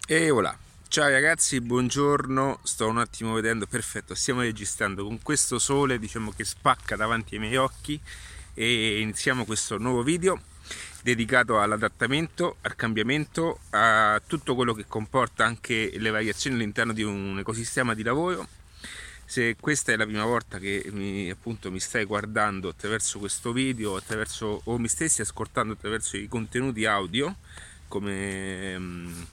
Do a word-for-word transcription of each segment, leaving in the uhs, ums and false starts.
E voilà. Ciao ragazzi, buongiorno. Sto un attimo vedendo, perfetto, stiamo registrando con questo sole, diciamo che spacca davanti ai miei occhi e iniziamo questo nuovo video dedicato all'adattamento, al cambiamento, a tutto quello che comporta anche le variazioni all'interno di un ecosistema di lavoro. Se questa è la prima volta che mi, appunto, mi stai guardando attraverso questo video, attraverso, o mi stessi ascoltando attraverso i contenuti audio come um,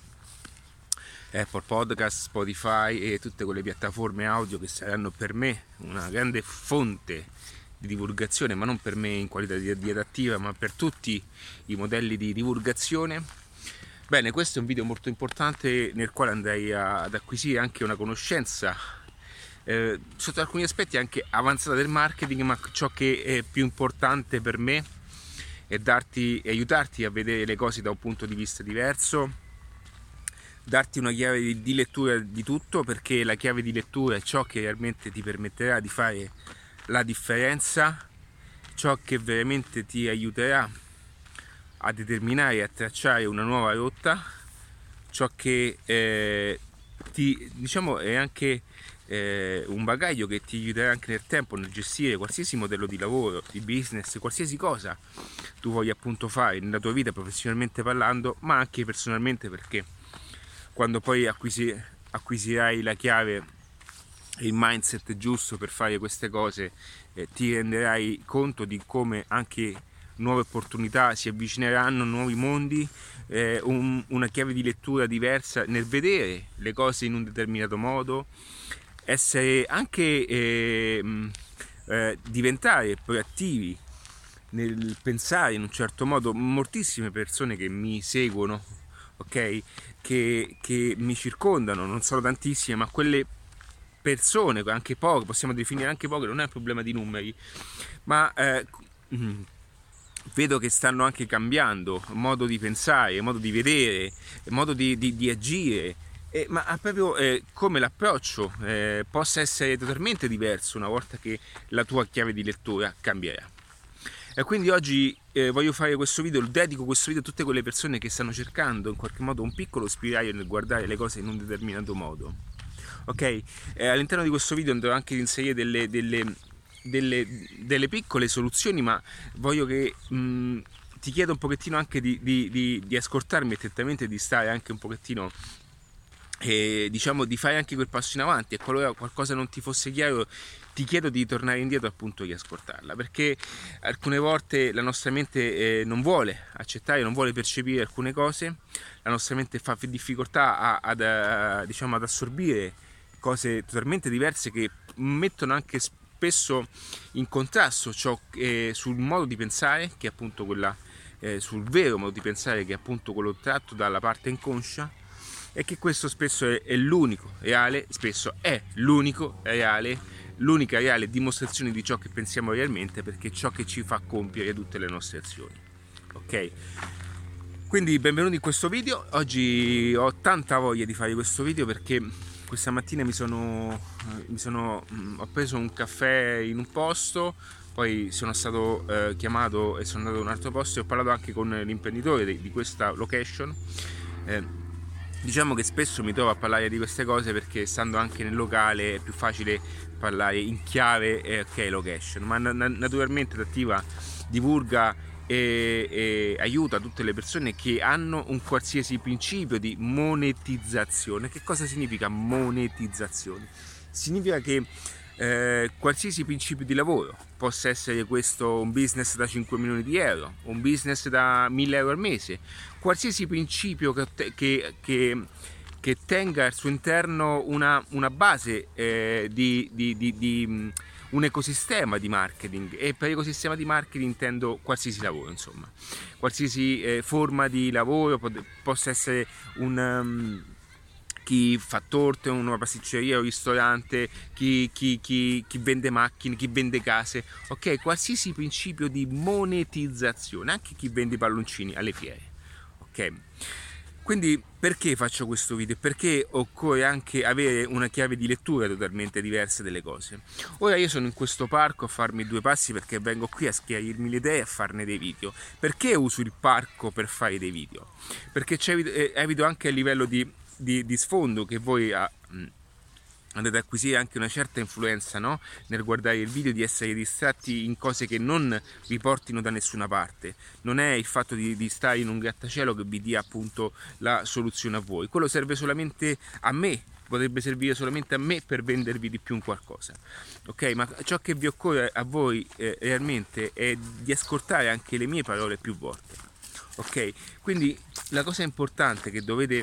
Apple Podcast, Spotify e tutte quelle piattaforme audio che saranno per me una grande fonte di divulgazione, ma non per me in qualità di, di adattiva, ma per tutti i modelli di divulgazione. Bene, questo è un video molto importante nel quale andrei a, ad acquisire anche una conoscenza eh, sotto alcuni aspetti anche avanzata del marketing, ma ciò che è più importante per me è darti, è aiutarti a vedere le cose da un punto di vista diverso, darti una chiave di lettura di tutto, perché la chiave di lettura è ciò che realmente ti permetterà di fare la differenza, ciò che veramente ti aiuterà a determinare e a tracciare una nuova rotta, ciò che eh, ti, diciamo, è anche eh, un bagaglio che ti aiuterà anche nel tempo nel gestire qualsiasi modello di lavoro, di business, qualsiasi cosa tu voglia appunto fare nella tua vita professionalmente parlando, ma anche personalmente, perché quando poi acquisi, acquisirai la chiave e il mindset giusto per fare queste cose, eh, ti renderai conto di come anche nuove opportunità si avvicineranno, nuovi mondi, eh, un, una chiave di lettura diversa nel vedere le cose in un determinato modo, essere anche eh, eh, diventare proattivi nel pensare in un certo modo. Moltissime persone che mi seguono, ok, che, che mi circondano, non sono tantissime, ma quelle persone, anche poche, possiamo definire anche poche, non è un problema di numeri, ma eh, vedo che stanno anche cambiando modo di pensare, modo di vedere, modo di, di, di agire, eh, ma proprio eh, come l'approccio eh, possa essere totalmente diverso una volta che la tua chiave di lettura cambierà. E quindi oggi eh, voglio fare questo video, dedico questo video a tutte quelle persone che stanno cercando in qualche modo un piccolo spiraglio nel guardare le cose in un determinato modo. Ok? Eh, all'interno di questo video andrò anche ad inserire delle, delle, delle, delle piccole soluzioni, ma voglio che mh, ti chiedo un pochettino anche di, di, di, di ascoltarmi attentamente e di stare anche un pochettino, e diciamo di fare anche quel passo in avanti, e qualora qualcosa non ti fosse chiaro ti chiedo di tornare indietro appunto di ascoltarla, perché alcune volte la nostra mente eh, non vuole accettare, non vuole percepire alcune cose, la nostra mente fa difficoltà a, ad, a, diciamo, ad assorbire cose totalmente diverse che mettono anche spesso in contrasto ciò eh, sul modo di pensare, che è appunto quella eh, sul vero modo di pensare, che è appunto quello tratto dalla parte inconscia, e che questo spesso è, è l'unico reale, spesso è l'unico reale, l'unica reale dimostrazione di ciò che pensiamo realmente, perché è ciò che ci fa compiere tutte le nostre azioni. Ok? Quindi benvenuti in questo video. Oggi ho tanta voglia di fare questo video perché questa mattina mi sono, mi sono ho preso un caffè in un posto, poi sono stato eh, chiamato e sono andato in un altro posto e ho parlato anche con l'imprenditore di, di questa location. Eh, Diciamo che spesso mi trovo a parlare di queste cose perché stando anche nel locale è più facile parlare in chiave e ok location, ma na- naturalmente Adattiva divulga e, e aiuta tutte le persone che hanno un qualsiasi principio di monetizzazione. Che cosa significa monetizzazione? Significa che eh, qualsiasi principio di lavoro, possa essere questo un business da cinque milioni di euro, un business da mille euro al mese, qualsiasi principio che, che, che, che tenga al suo interno una, una base eh, di, di, di, di un ecosistema di marketing, e per ecosistema di marketing intendo qualsiasi lavoro, insomma, qualsiasi eh, forma di lavoro, possa essere un... Um, chi fa torte, una pasticceria, un ristorante, chi, chi, chi, chi vende macchine, chi vende case, ok? Qualsiasi principio di monetizzazione, anche chi vende palloncini alle fiere, ok? Quindi perché faccio questo video? Perché occorre anche avere una chiave di lettura totalmente diversa delle cose. Ora io sono in questo parco a farmi due passi perché vengo qui a schiarirmi le idee e a farne dei video. Perché uso il parco per fare dei video? Perché c'è, evito anche a livello di di, di sfondo che voi a, andate ad acquisire anche una certa influenza, no? Nel guardare il video, di essere distratti in cose che non vi portino da nessuna parte. Non è il fatto di, di stare in un grattacielo che vi dia appunto la soluzione a voi. Quello serve solamente a me, potrebbe servire solamente a me per vendervi di più un qualcosa, ok? Ma ciò che vi occorre a voi eh, realmente è di ascoltare anche le mie parole più volte, ok? Quindi la cosa importante che dovete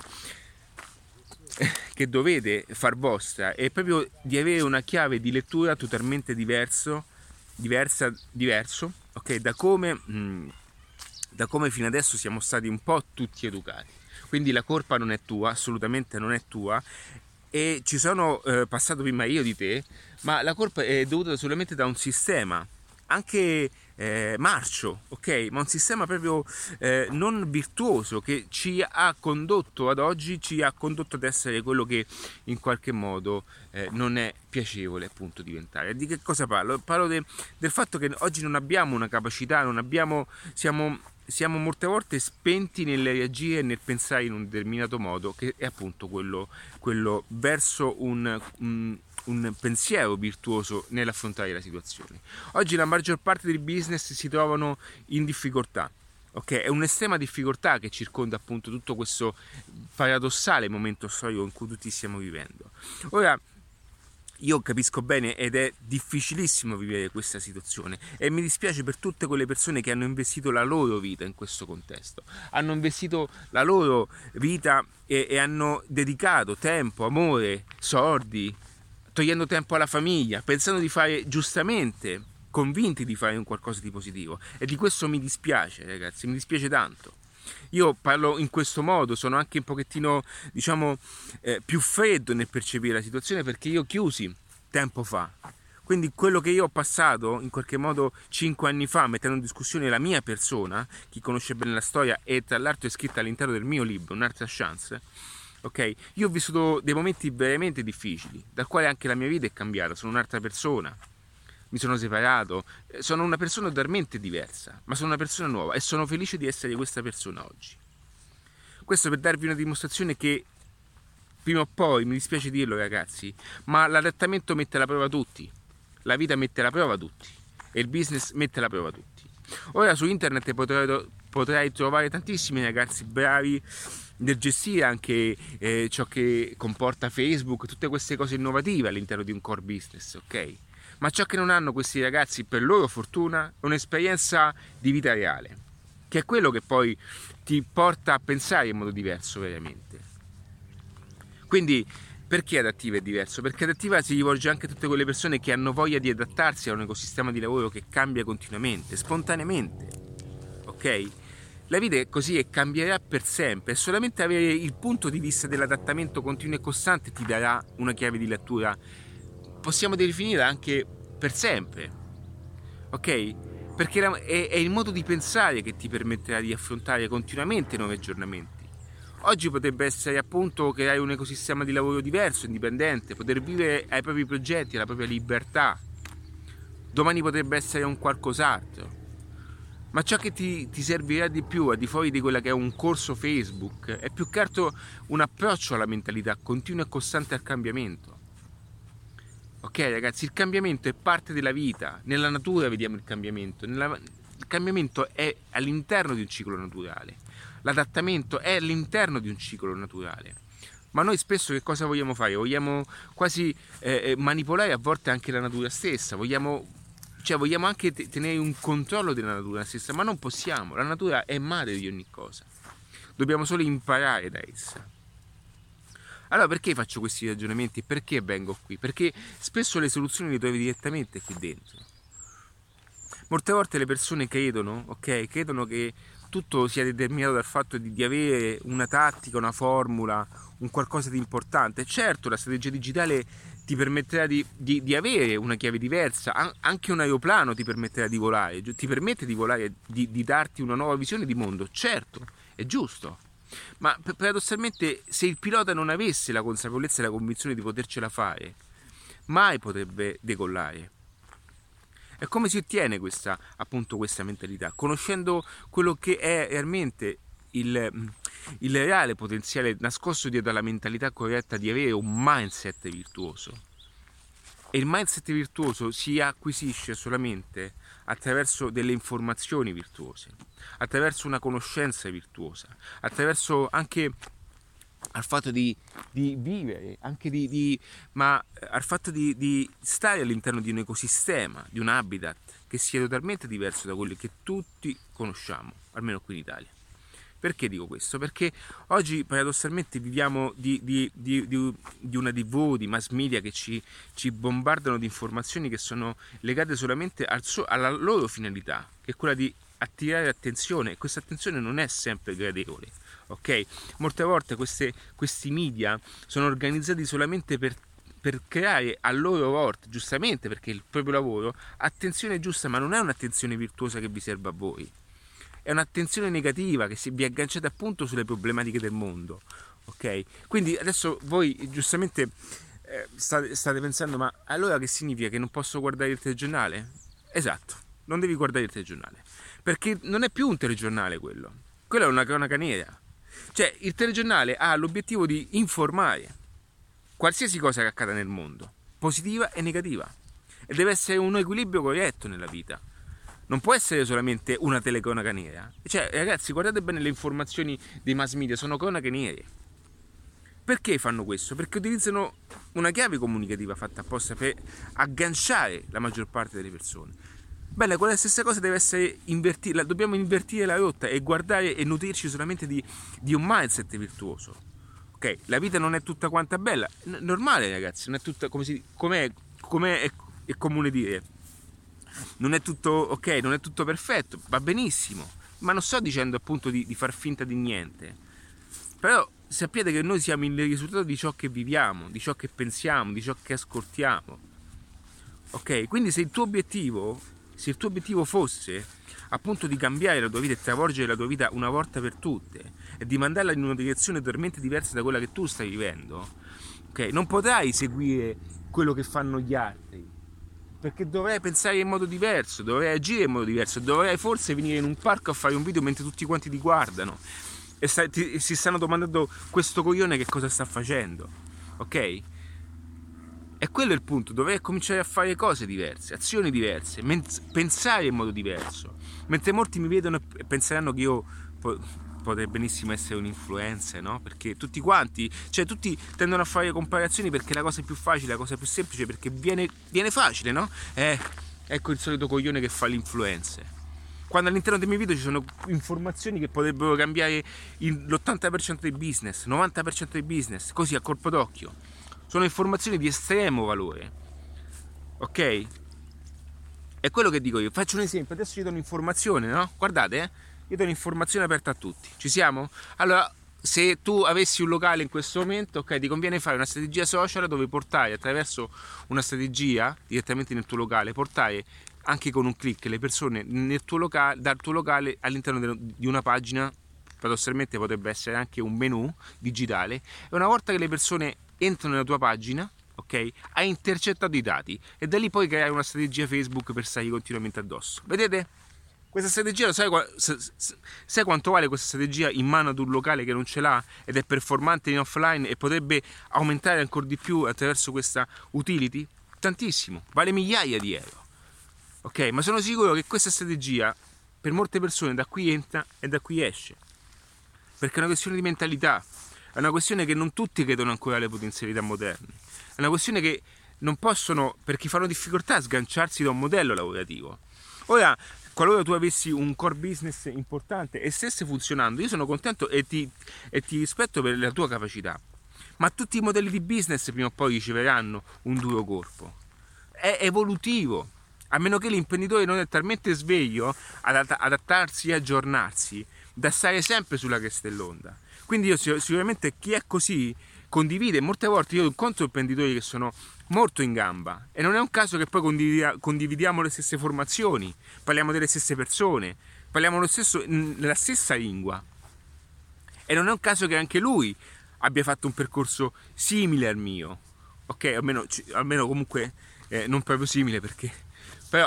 che dovete far vostra è proprio di avere una chiave di lettura totalmente diverso, diversa, diverso, ok? Da come, mh, da come fino adesso siamo stati un po' tutti educati. Quindi la colpa non è tua, assolutamente non è tua, e ci sono eh, passato prima io di te, ma la colpa è dovuta solamente da un sistema, anche eh, marcio, ok? Ma un sistema proprio eh, non virtuoso, che ci ha condotto ad oggi, ci ha condotto ad essere quello che in qualche modo eh, non è piacevole appunto diventare. Di che cosa parlo? Parlo de, del fatto che oggi non abbiamo una capacità, non abbiamo, siamo, siamo molte volte spenti nel reagire e nel pensare in un determinato modo, che è appunto quello, quello verso un, un un pensiero virtuoso nell'affrontare la situazione. Oggi la maggior parte dei business si trovano in difficoltà, ok? È un'estrema difficoltà che circonda appunto tutto questo paradossale momento storico in cui tutti stiamo vivendo. Ora, io capisco bene ed è difficilissimo vivere questa situazione e mi dispiace per tutte quelle persone che hanno investito la loro vita in questo contesto, hanno investito la loro vita e, e hanno dedicato tempo, amore, soldi, togliendo tempo alla famiglia, pensando di fare giustamente, convinti di fare un qualcosa di positivo, e di questo mi dispiace, ragazzi, mi dispiace tanto. Io parlo in questo modo, sono anche un pochettino, diciamo, eh, più freddo nel percepire la situazione, perché io chiusi tempo fa. Quindi quello che io ho passato in qualche modo cinque anni fa, mettendo in discussione la mia persona, chi conosce bene la storia, e tra l'altro è scritta all'interno del mio libro, Un'altra chance, ok? Io ho vissuto dei momenti veramente difficili, dal quale anche la mia vita è cambiata, sono un'altra persona, mi sono separato, sono una persona totalmente diversa, ma sono una persona nuova e sono felice di essere questa persona oggi. Questo per darvi una dimostrazione che prima o poi, mi dispiace dirlo ragazzi, ma l'adattamento mette alla prova tutti, la vita mette alla prova tutti e il business mette alla prova tutti. Ora su internet potrai, potrai trovare tantissimi ragazzi bravi nel gestire anche eh, ciò che comporta Facebook, tutte queste cose innovative all'interno di un core business, ok? Ma ciò che non hanno questi ragazzi, per loro fortuna, è un'esperienza di vita reale, che è quello che poi ti porta a pensare in modo diverso veramente. Quindi perché Adattiva è diverso? Perché Adattiva si rivolge anche a tutte quelle persone che hanno voglia di adattarsi a un ecosistema di lavoro che cambia continuamente, spontaneamente, ok? La vita è così e cambierà per sempre, e solamente avere il punto di vista dell'adattamento continuo e costante ti darà una chiave di lettura, possiamo definire anche per sempre, ok? Perché è, è il modo di pensare che ti permetterà di affrontare continuamente nuovi aggiornamenti. Oggi potrebbe essere appunto creare un ecosistema di lavoro diverso, indipendente, poter vivere ai propri progetti, alla propria libertà. Domani potrebbe essere un qualcos'altro. Ma ciò che ti, ti servirà di più, al di fuori di quella che è un corso Facebook, è più che altro un approccio alla mentalità continua e costante al cambiamento. Ok ragazzi, il cambiamento è parte della vita, nella natura vediamo il cambiamento, nella, il cambiamento è all'interno di un ciclo naturale, l'adattamento è all'interno di un ciclo naturale. Ma noi spesso che cosa vogliamo fare? Vogliamo quasi eh, manipolare a volte anche la natura stessa, vogliamo... Cioè vogliamo anche tenere un controllo della natura stessa, ma non possiamo. La natura è madre di ogni cosa. Dobbiamo solo imparare da essa. Allora perché faccio questi ragionamenti? Perché vengo qui? Perché spesso le soluzioni le trovi direttamente qui dentro. Molte volte le persone credono, ok? Credono che tutto sia determinato dal fatto di, di avere una tattica, una formula, un qualcosa di importante. Certo, la strategia digitale ti permetterà di, di, di avere una chiave diversa, anche un aeroplano ti permetterà di volare, ti permette di volare, di, di darti una nuova visione di mondo, certo, è giusto, ma paradossalmente se il pilota non avesse la consapevolezza e la convinzione di potercela fare, mai potrebbe decollare. E come si ottiene questa, appunto, questa mentalità? Conoscendo quello che è realmente il, il reale potenziale nascosto dietro alla mentalità corretta di avere un mindset virtuoso. E il mindset virtuoso si acquisisce solamente attraverso delle informazioni virtuose, attraverso una conoscenza virtuosa, attraverso anche al fatto di, di vivere, anche di, di, ma al fatto di, di stare all'interno di un ecosistema, di un habitat che sia totalmente diverso da quello che tutti conosciamo, almeno qui in Italia. Perché dico questo? Perché oggi paradossalmente viviamo di, di, di, di, di una tivù, di mass media che ci, ci bombardano di informazioni che sono legate solamente al so, alla loro finalità, che è quella di attirare attenzione, e questa attenzione non è sempre gradevole, ok? Molte volte queste, questi media sono organizzati solamente per, per creare a loro volta, giustamente perché è il proprio lavoro, attenzione giusta, ma non è un'attenzione virtuosa che vi serve a voi. È un'attenzione negativa che si vi agganciate appunto sulle problematiche del mondo, ok? Quindi adesso voi giustamente eh, state, state pensando, ma allora che significa che non posso guardare il telegiornale? Esatto, non devi guardare il telegiornale, perché non è più un telegiornale quello, quella è una cronaca nera. Cioè il telegiornale ha l'obiettivo di informare qualsiasi cosa che accada nel mondo, positiva e negativa, e deve essere un equilibrio corretto nella vita. Non può essere solamente una telecronaca nera. Cioè, ragazzi, guardate bene le informazioni dei mass media, sono cronache nere. Perché fanno questo? Perché utilizzano una chiave comunicativa fatta apposta per agganciare la maggior parte delle persone. Bene, quella stessa cosa deve essere invertita, dobbiamo invertire la rotta e guardare e nutrirci solamente di, di un mindset virtuoso. Ok, la vita non è tutta quanta bella, N- normale ragazzi, non è tutta come si, com'è, com'è è, è comune dire. Non è tutto ok, non è tutto perfetto, va benissimo, ma non sto dicendo appunto di, di far finta di niente. Però sappiate che noi siamo il risultato di ciò che viviamo, di ciò che pensiamo, di ciò che ascoltiamo. Ok? Quindi se il tuo obiettivo, se il tuo obiettivo fosse appunto di cambiare la tua vita e travolgere la tua vita una volta per tutte e di mandarla in una direzione totalmente diversa da quella che tu stai vivendo, ok? Non potrai seguire quello che fanno gli altri, perché dovrai pensare in modo diverso, dovrai agire in modo diverso, dovrai forse venire in un parco a fare un video mentre tutti quanti ti guardano e, sta, ti, e si stanno domandando questo coglione che cosa sta facendo, ok? E quello è il punto, dovrai cominciare a fare cose diverse, azioni diverse, men- pensare in modo diverso, mentre molti mi vedono e penseranno che io po- potrei benissimo essere un influencer, no? Perché tutti quanti, cioè tutti tendono a fare comparazioni perché la cosa è più facile, la cosa più semplice, perché viene, viene facile, no? Eh, ecco il solito coglione che fa l'influencer. Quando all'interno dei miei video ci sono informazioni che potrebbero cambiare il, l'ottanta per cento dei business, novanta per cento dei business, così a colpo d'occhio. Sono informazioni di estremo valore, ok? È quello che dico io. Faccio un esempio, adesso ci do un'informazione, no? Guardate, eh? Io do un'informazione aperta a tutti. Ci siamo? Allora, se tu avessi un locale in questo momento, ok, ti conviene fare una strategia social dove portare attraverso una strategia direttamente nel tuo locale, portare anche con un click le persone nel tuo locale, dal tuo locale all'interno di una pagina, paradossalmente potrebbe essere anche un menu digitale, e una volta che le persone entrano nella tua pagina, ok, hai intercettato i dati e da lì puoi creare una strategia Facebook per stargli continuamente addosso. Vedete? Questa strategia, sai, sai quanto vale questa strategia in mano ad un locale che non ce l'ha ed è performante in offline e potrebbe aumentare ancora di più attraverso questa utility? Tantissimo, vale migliaia di euro. Ok, ma sono sicuro che questa strategia per molte persone da qui entra e da qui esce, perché è una questione di mentalità, è una questione che non tutti credono ancora alle potenzialità moderne, è una questione che non possono, perché fanno difficoltà a sganciarsi da un modello lavorativo. Ora, qualora tu avessi un core business importante e stesse funzionando, io sono contento e ti, e ti rispetto per la tua capacità, ma tutti i modelli di business prima o poi riceveranno un duro colpo. È evolutivo, a meno che l'imprenditore non è talmente sveglio ad adattarsi e aggiornarsi da stare sempre sulla cresta dell'onda. Quindi io sicuramente chi è così condivide. Molte volte io incontro imprenditori che sono molto in gamba e non è un caso che poi condividiamo le stesse formazioni, parliamo delle stesse persone, parliamo lo stesso, la stessa lingua, e non è un caso che anche lui abbia fatto un percorso simile al mio, ok? Almeno, almeno comunque eh, non proprio simile, perché però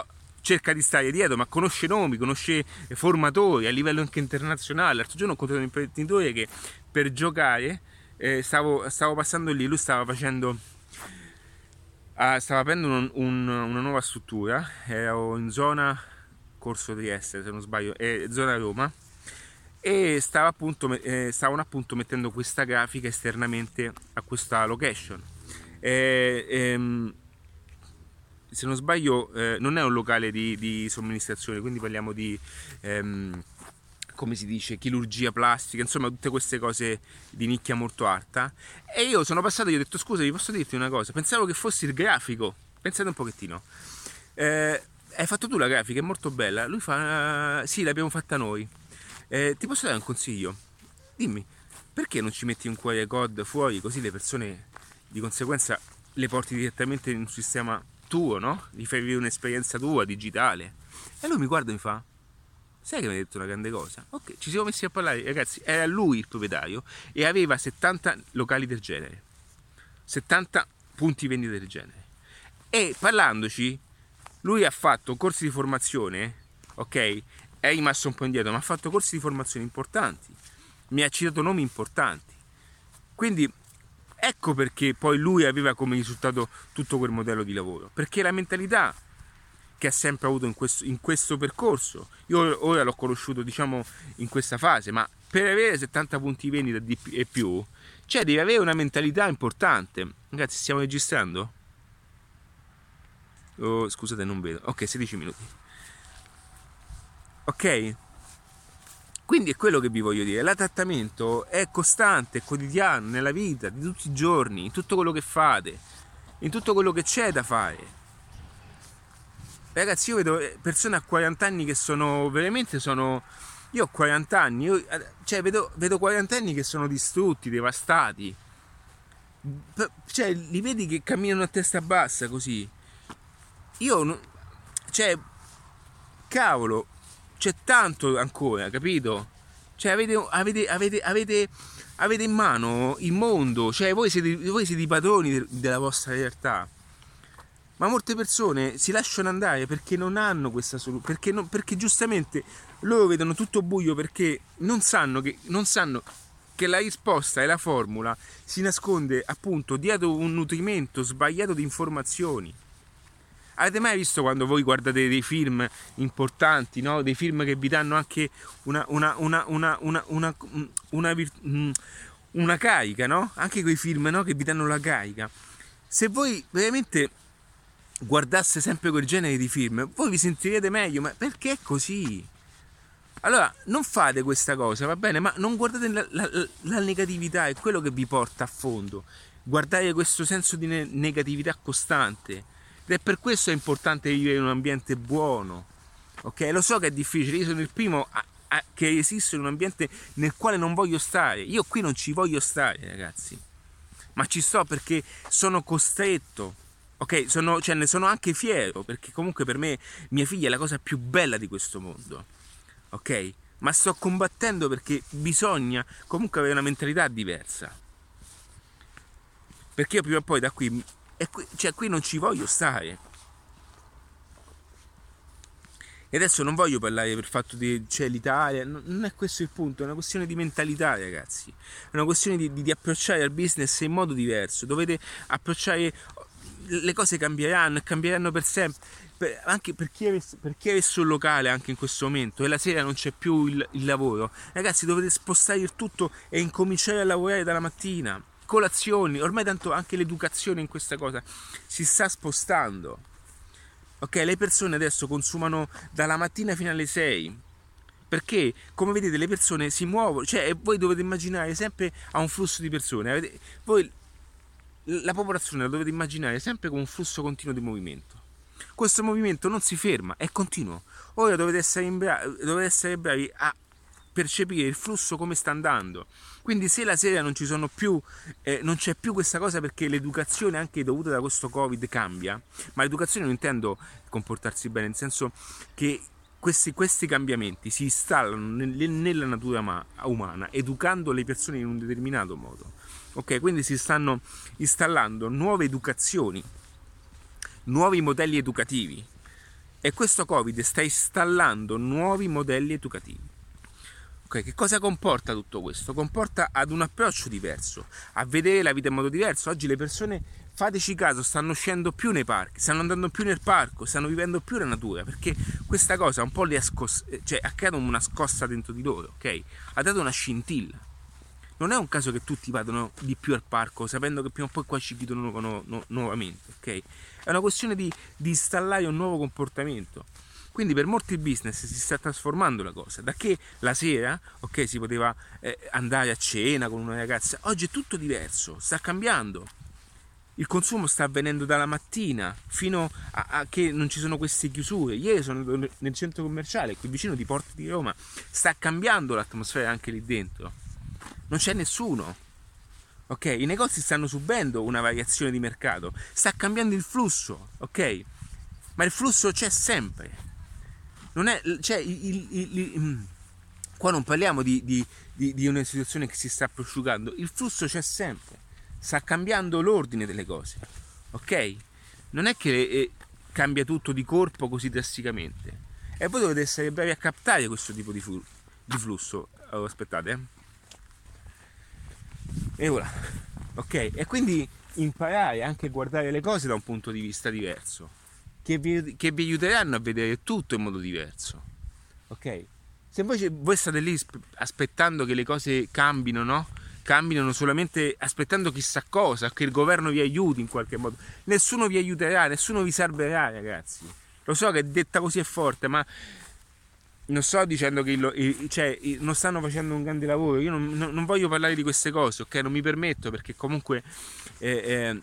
cerca di stare dietro, ma conosce nomi, conosce formatori a livello anche internazionale. L'altro giorno ho incontrato un imprenditore che per giocare eh, stavo, stavo passando lì, lui stava facendo ah, stava aprendo un, un, una nuova struttura, ero in zona Corso Trieste se non sbaglio, eh, zona Roma, e stava appunto, eh, stavano appunto mettendo questa grafica esternamente a questa location. Eh, ehm, se non sbaglio eh, non è un locale di, di somministrazione, quindi parliamo di ehm, come si dice, chirurgia plastica, insomma tutte queste cose di nicchia molto alta. E io sono passato e gli ho detto: scusa, vi posso dirti una cosa, pensavo che fossi il grafico, pensate un pochettino, eh, hai fatto tu la grafica, è molto bella. Lui fa: sì, l'abbiamo fatta noi. Eh, ti posso dare un consiglio? Dimmi, perché non ci metti un Q R code fuori, così le persone di conseguenza le porti direttamente in un sistema tuo, no? Gli fai vivere un'esperienza tua, digitale. E lui mi guarda e mi fa: sai che mi ha detto una grande cosa? Ok, ci siamo messi a parlare, ragazzi, era lui il proprietario e aveva settanta locali del genere, settanta punti vendita del genere. E parlandoci, lui ha fatto corsi di formazione, ok? È rimasto un po' indietro, ma ha fatto corsi di formazione importanti, mi ha citato nomi importanti. Quindi ecco perché poi lui aveva come risultato tutto quel modello di lavoro, perché la mentalità che ha sempre avuto in questo, in questo percorso, io ora l'ho conosciuto diciamo in questa fase, ma per avere settanta punti vendita e più, cioè devi avere una mentalità importante. Ragazzi, stiamo registrando? Oh, scusate, non vedo. Ok, sedici minuti. Ok? Quindi è quello che vi voglio dire, l'adattamento è costante, è quotidiano, nella vita, di tutti i giorni, in tutto quello che fate, in tutto quello che c'è da fare. Ragazzi, io vedo persone a quaranta anni che sono veramente sono io ho quaranta anni, io, cioè vedo, vedo quaranta anni che sono distrutti, devastati, cioè li vedi che camminano a testa bassa così. Io cioè cavolo, c'è tanto ancora, capito? Cioè avete avete avete avete, avete in mano il mondo, cioè voi siete voi siete i padroni della vostra realtà. Ma molte persone si lasciano andare perché non hanno questa soluzione, perché, non, perché giustamente loro vedono tutto buio, perché non sanno, che, non sanno che la risposta e la formula si nasconde appunto dietro un nutrimento sbagliato di informazioni. Avete mai visto quando voi guardate dei film importanti, no? Dei film che vi danno anche una, una, una, una, una, una, una, una, una carica, no? Anche quei film, no? Che vi danno la carica. Se voi veramente guardasse sempre quel genere di film, voi vi sentirete meglio, ma perché è così? Allora, non fate questa cosa, va bene? Ma non guardate la, la, la negatività, è quello che vi porta a fondo. Guardate questo senso di ne- negatività costante. Ed è per questo è importante vivere in un ambiente buono. Ok? Lo so che è difficile, io sono il primo a, a, che esiste in un ambiente nel quale non voglio stare. Io qui non ci voglio stare, ragazzi. Ma ci sto perché sono costretto. Ok, sono, cioè ne sono anche fiero, perché comunque per me mia figlia è la cosa più bella di questo mondo, ok? Ma sto combattendo perché bisogna comunque avere una mentalità diversa, perché io prima o poi da qui, e qui cioè qui non ci voglio stare. E adesso non voglio parlare per il fatto di cioè l'Italia, non è questo il punto, è una questione di mentalità, ragazzi, è una questione di, di, di approcciare al business in modo diverso, dovete approcciare. Le cose cambieranno e cambieranno per sempre, per, anche per chi, è, per chi è messo un locale anche in questo momento e la sera non c'è più il, il lavoro. Ragazzi, dovete spostare il tutto e incominciare a lavorare dalla mattina, colazioni, ormai tanto anche l'educazione in questa cosa si sta spostando. Ok, le persone adesso consumano dalla mattina fino alle sei, perché come vedete le persone si muovono, cioè voi dovete immaginare sempre a un flusso di persone. Avete, voi la popolazione la dovete immaginare sempre con un flusso continuo di movimento. Questo movimento non si ferma, è continuo. Ora dovete essere, bravi, dovete essere bravi a percepire il flusso come sta andando. Quindi se la sera non ci sono più, eh, non c'è più questa cosa, perché l'educazione anche dovuta da questo Covid cambia, ma l'educazione non intendo comportarsi bene, nel senso che questi, questi cambiamenti si installano nel, nella natura umana, educando le persone in un determinato modo. Ok, quindi si stanno installando nuove educazioni, nuovi modelli educativi, E questo Covid sta installando nuovi modelli educativi. Okay, che cosa comporta tutto questo? Comporta ad un approccio diverso, a vedere la vita in modo diverso. Oggi le persone, fateci caso, stanno uscendo più nei parchi, stanno andando più nel parco, stanno vivendo più la natura, perché questa cosa un po' li ha, scos- cioè, ha creato una scossa dentro di loro, ok? Ha dato una scintilla. Non è un caso che tutti vadano di più al parco sapendo che prima o poi qua ci chiudono nu- nu- nuovamente, ok? È una questione di, di installare un nuovo comportamento. Quindi per molti business si sta trasformando la cosa, da che la sera, ok, si poteva eh, andare a cena con una ragazza, oggi è tutto diverso, sta cambiando. Il consumo sta avvenendo dalla mattina fino a, a che non ci sono queste chiusure. Ieri sono andato nel centro commerciale, qui vicino di Porta di Roma, sta cambiando l'atmosfera anche lì dentro. Non c'è nessuno. Ok, i negozi stanno subendo una variazione di mercato, sta cambiando il flusso, ok? Ma il flusso c'è sempre. Non è, cioè, il, il, il, il, qua non parliamo di, di, di, di una situazione che si sta prosciugando, il flusso c'è sempre, sta cambiando l'ordine delle cose, ok? Non è che eh, cambia tutto di corpo così drasticamente, e voi dovete essere bravi a captare questo tipo di, flu, di flusso. Oh, aspettate, eh. E ora, ok? E quindi imparare anche a guardare le cose da un punto di vista diverso, che vi, che vi aiuteranno a vedere tutto in modo diverso, ok? Se invece voi state lì aspettando che le cose cambino, no? Cambino solamente aspettando chissà cosa, che il governo vi aiuti in qualche modo, nessuno vi aiuterà, nessuno vi salverà, ragazzi. Lo so che detta così è forte, ma non sto dicendo che il, il, cioè, non stanno facendo un grande lavoro. Io non, non, non voglio parlare di queste cose, ok? Non mi permetto, perché comunque eh, eh,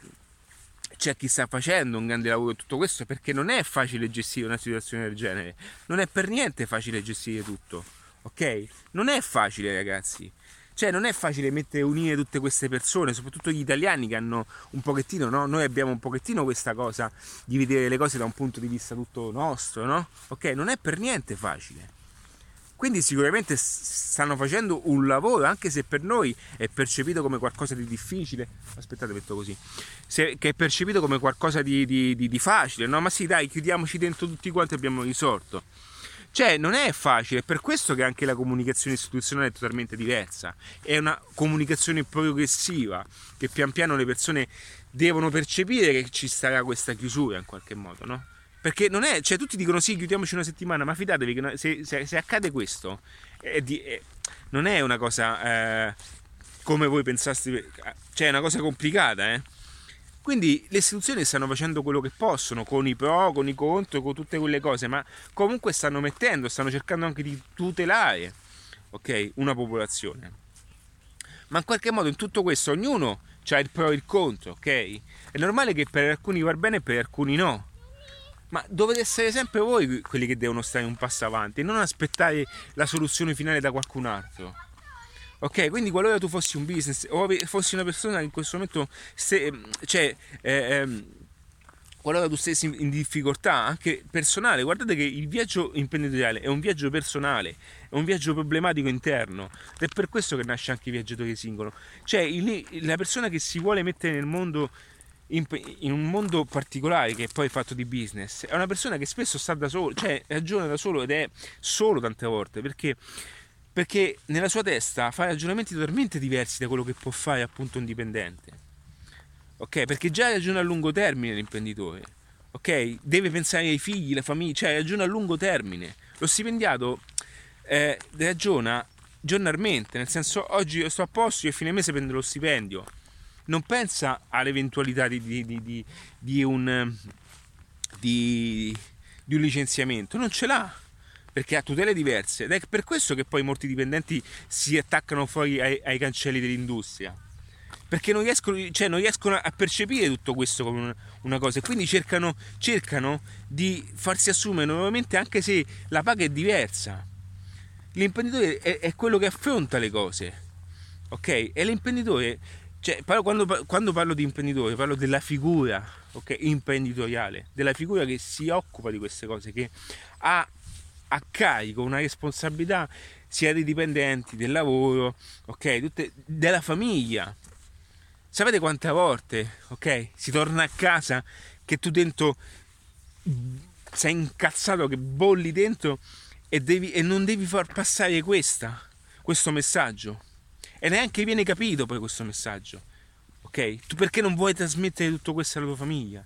c'è chi sta facendo un grande lavoro in tutto questo, perché non è facile gestire una situazione del genere, non è per niente facile gestire tutto, ok? Non è facile, ragazzi, cioè non è facile mettere, unire tutte queste persone, soprattutto gli italiani che hanno un pochettino, no? Noi abbiamo un pochettino questa cosa di vedere le cose da un punto di vista tutto nostro, no? Ok? Non è per niente facile. Quindi sicuramente stanno facendo un lavoro, anche se per noi è percepito come qualcosa di difficile. Aspettate, metto così. Se, che è percepito come qualcosa di, di, di, di facile, no? Ma sì, dai, chiudiamoci dentro tutti quanti e abbiamo risolto. Cioè, non è facile, è per questo che anche la comunicazione istituzionale è totalmente diversa. È una comunicazione progressiva, che pian piano le persone devono percepire che ci sarà questa chiusura in qualche modo, no? Perché non è, cioè tutti dicono sì, chiudiamoci una settimana, ma fidatevi che se, se, se accade questo, è di, è, non è una cosa eh, come voi pensaste, cioè è una cosa complicata, eh. Quindi le istituzioni stanno facendo quello che possono, con i pro, con i contro, con tutte quelle cose, ma comunque stanno mettendo, stanno cercando anche di tutelare, ok, una popolazione. Ma in qualche modo in tutto questo ognuno ha il pro e il contro, ok? È normale che per alcuni va bene e per alcuni no. Ma dovete essere sempre voi quelli che devono stare un passo avanti e non aspettare la soluzione finale da qualcun altro. Ok, quindi qualora tu fossi un business o fossi una persona che in questo momento se, cioè, eh, eh, qualora tu stessi in difficoltà anche personale, guardate che il viaggio imprenditoriale è un viaggio personale, è un viaggio problematico interno, ed è per questo che nasce anche il viaggiatore singolo. Cioè il, la persona che si vuole mettere nel mondo, in, in un mondo particolare che è poi fatto di business, è una persona che spesso sta da solo, cioè ragiona da solo ed è solo tante volte, perché perché nella sua testa fa ragionamenti totalmente diversi da quello che può fare appunto un dipendente, ok? Perché già ragiona a lungo termine l'imprenditore, ok? Deve pensare ai figli, alla famiglia, cioè ragiona a lungo termine. Lo stipendiato eh, ragiona giornalmente, nel senso oggi io sto a posto, io a fine mese prendo lo stipendio, non pensa all'eventualità di, di, di, di, di, un, di, di un licenziamento, non ce l'ha, perché ha tutele diverse, ed è per questo che poi molti dipendenti si attaccano fuori ai, ai cancelli dell'industria, perché non riescono, cioè non riescono a percepire tutto questo come una, una cosa, e quindi cercano, cercano di farsi assumere nuovamente anche se la paga è diversa. L'imprenditore è, è quello che affronta le cose, ok? E l'imprenditore, cioè, quando, quando parlo di imprenditore parlo della figura, ok, imprenditoriale, della figura che si occupa di queste cose, che ha a carico una responsabilità sia dei dipendenti, del lavoro, ok, tutte, della famiglia. Sapete quante volte, ok, si torna a casa che tu dentro sei incazzato che bolli dentro e, devi, e non devi far passare questa, questo messaggio, e neanche viene capito poi questo messaggio, ok? Tu perché non vuoi trasmettere tutto questo alla tua famiglia?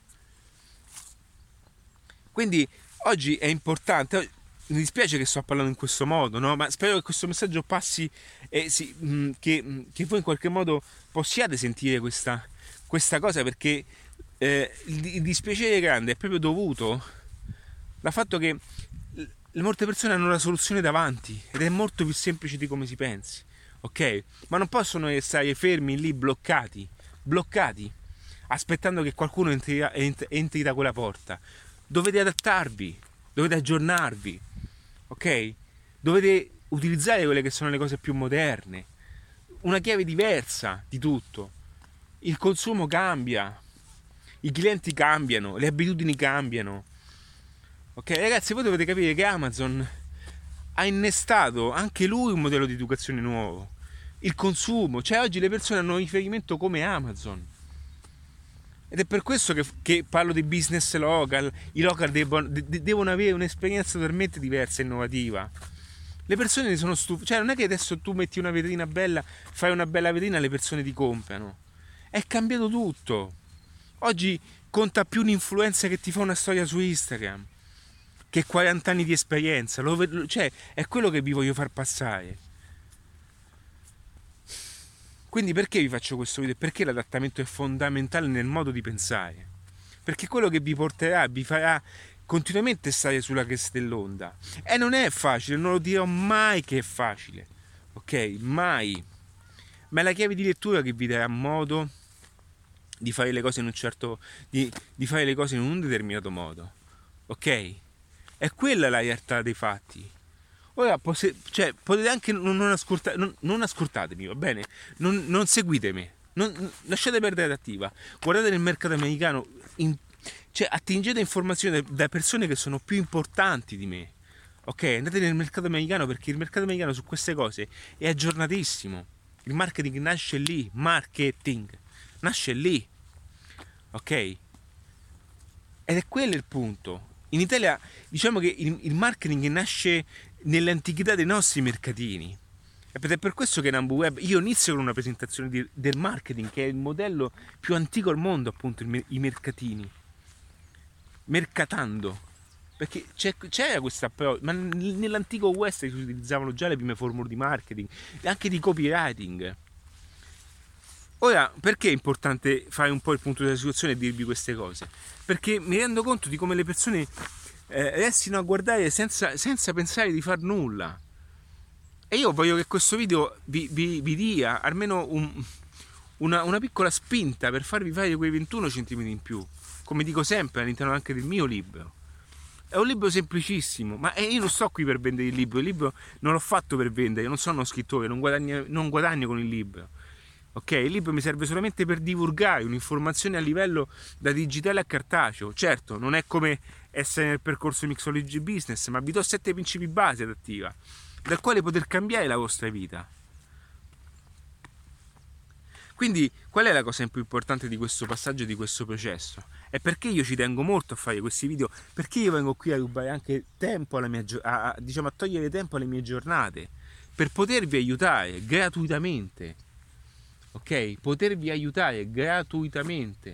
Quindi oggi è importante, mi dispiace che sto parlando in questo modo, no? Ma spero che questo messaggio passi e si, mh, che, mh, che voi in qualche modo possiate sentire questa, questa cosa, perché eh, il, il dispiacere grande è proprio dovuto dal fatto che l- molte persone hanno la soluzione davanti ed è molto più semplice di come si pensi, ok? Ma non possono stare fermi lì bloccati, bloccati, aspettando che qualcuno entri, entri da quella porta. Dovete adattarvi, dovete aggiornarvi, ok? Dovete utilizzare quelle che sono le cose più moderne, una chiave diversa di tutto. Il consumo cambia, i clienti cambiano, le abitudini cambiano, ok? Ragazzi, voi dovete capire che Amazon ha innestato anche lui un modello di educazione nuovo, il consumo, cioè oggi le persone hanno riferimento come Amazon. Ed è per questo che, che parlo di business local. I local devono, de, devono avere un'esperienza totalmente diversa e innovativa. Le persone ne sono stufe. Cioè, non è che adesso tu metti una vetrina bella, fai una bella vetrina e le persone ti comprano. È cambiato tutto. Oggi conta più un'influenza che ti fa una storia su Instagram che quaranta anni di esperienza. Lo, cioè, è quello che vi voglio far passare. Quindi perché vi faccio questo video? Perché l'adattamento è fondamentale nel modo di pensare, perché quello che vi porterà, vi farà continuamente stare sulla cresta dell'onda. E non è facile, non lo dirò mai che è facile, ok? Mai. Ma è la chiave di lettura che vi darà modo di fare le cose in un certo, di, di fare le cose in un determinato modo, ok? È quella la realtà dei fatti. Ora cioè, potete anche non, non, ascolta, non, non ascoltatemi, va bene? Non, non seguitemi, non, lasciate perdere l'attiva. Guardate nel mercato americano, in, cioè attingete informazioni da, da persone che sono più importanti di me. Ok? Andate nel mercato americano, perché il mercato americano su queste cose è aggiornatissimo. Il marketing nasce lì, marketing nasce lì. Ok? Ed è quello il punto. In Italia diciamo che il, il marketing nasce nell'antichità dei nostri mercatini, ed è per questo che in AmbuWeb io inizio con una presentazione di, del marketing, che è il modello più antico al mondo, appunto il, i mercatini, mercatando, perché c'è, c'era questa, però, ma nell'antico West si utilizzavano già le prime formule di marketing, anche di copywriting. Ora, perché è importante fare un po' il punto della situazione e dirvi queste cose? Perché mi rendo conto di come le persone eh, restino a guardare senza, senza pensare di far nulla. E io voglio che questo video vi, vi, vi dia almeno un, una, una piccola spinta per farvi fare quei ventuno centimetri in più, come dico sempre all'interno anche del mio libro. È un libro semplicissimo, ma io non sto qui per vendere il libro, il libro non l'ho fatto per vendere, io non sono uno scrittore, non guadagno, non guadagno con il libro. Ok, il libro mi serve solamente per divulgare un'informazione a livello da digitale a cartaceo. Certo, non è come essere nel percorso Mixology Business, ma vi do sette principi base adattiva, dal quale poter cambiare la vostra vita. Quindi, qual è la cosa più importante di questo passaggio, di questo processo? È perché io ci tengo molto a fare questi video, perché io vengo qui a rubare anche tempo alla mia, a, diciamo, a togliere tempo alle mie giornate, per potervi aiutare gratuitamente. Ok? Potervi aiutare gratuitamente,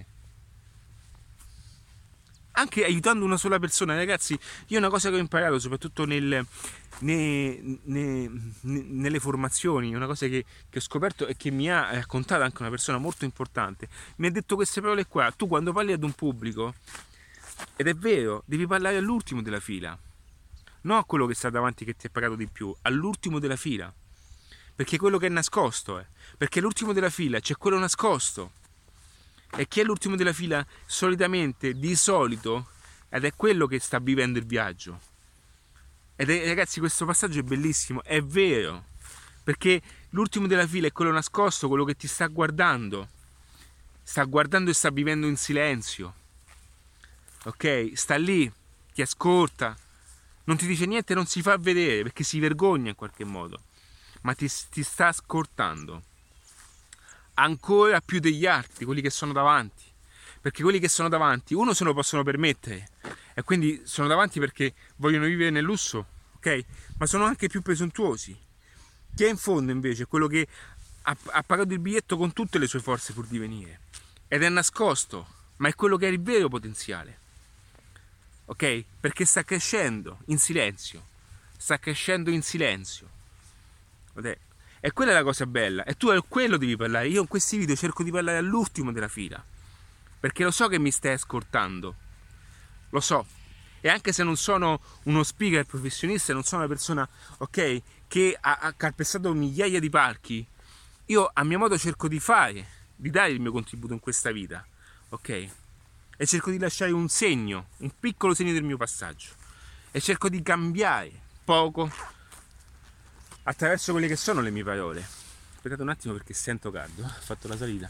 anche aiutando una sola persona. Ragazzi, io una cosa che ho imparato soprattutto nel, ne, ne, nelle formazioni, una cosa che, che ho scoperto e che mi ha raccontato anche una persona molto importante, mi ha detto queste parole qua: tu quando parli ad un pubblico, ed è vero, devi parlare all'ultimo della fila, non a quello che sta davanti che ti ha pagato di più, all'ultimo della fila, perché quello che è nascosto è, perché l'ultimo della fila c'è quello nascosto, e chi è l'ultimo della fila solitamente, di solito, ed è quello che sta vivendo il viaggio. Ed è, ragazzi, questo passaggio è bellissimo, è vero, perché l'ultimo della fila è quello nascosto, quello che ti sta guardando, sta guardando e sta vivendo in silenzio, ok? Sta lì, ti ascolta, non ti dice niente, non si fa vedere perché si vergogna in qualche modo, ma ti, ti sta ascoltando ancora più degli altri, quelli che sono davanti, perché quelli che sono davanti, uno, se lo possono permettere, e quindi sono davanti perché vogliono vivere nel lusso, ok? Ma sono anche più presuntuosi. Chi è in fondo invece è quello che ha, ha pagato il biglietto con tutte le sue forze pur di venire ed è nascosto, ma è quello che ha il vero potenziale, ok? Perché sta crescendo in silenzio, sta crescendo in silenzio. E quella è la cosa bella, e tu a quello devi parlare. Io in questi video cerco di parlare all'ultimo della fila, perché lo so che mi stai ascoltando, lo so, e anche se non sono uno speaker professionista, non sono una persona, ok, che ha, ha calpestato migliaia di palchi, io a mio modo cerco di fare, di dare il mio contributo in questa vita, ok? E cerco di lasciare un segno, un piccolo segno del mio passaggio, e cerco di cambiare poco attraverso quelle che sono le mie parole. Aspettate un attimo perché sento caldo, ho fatto la salita.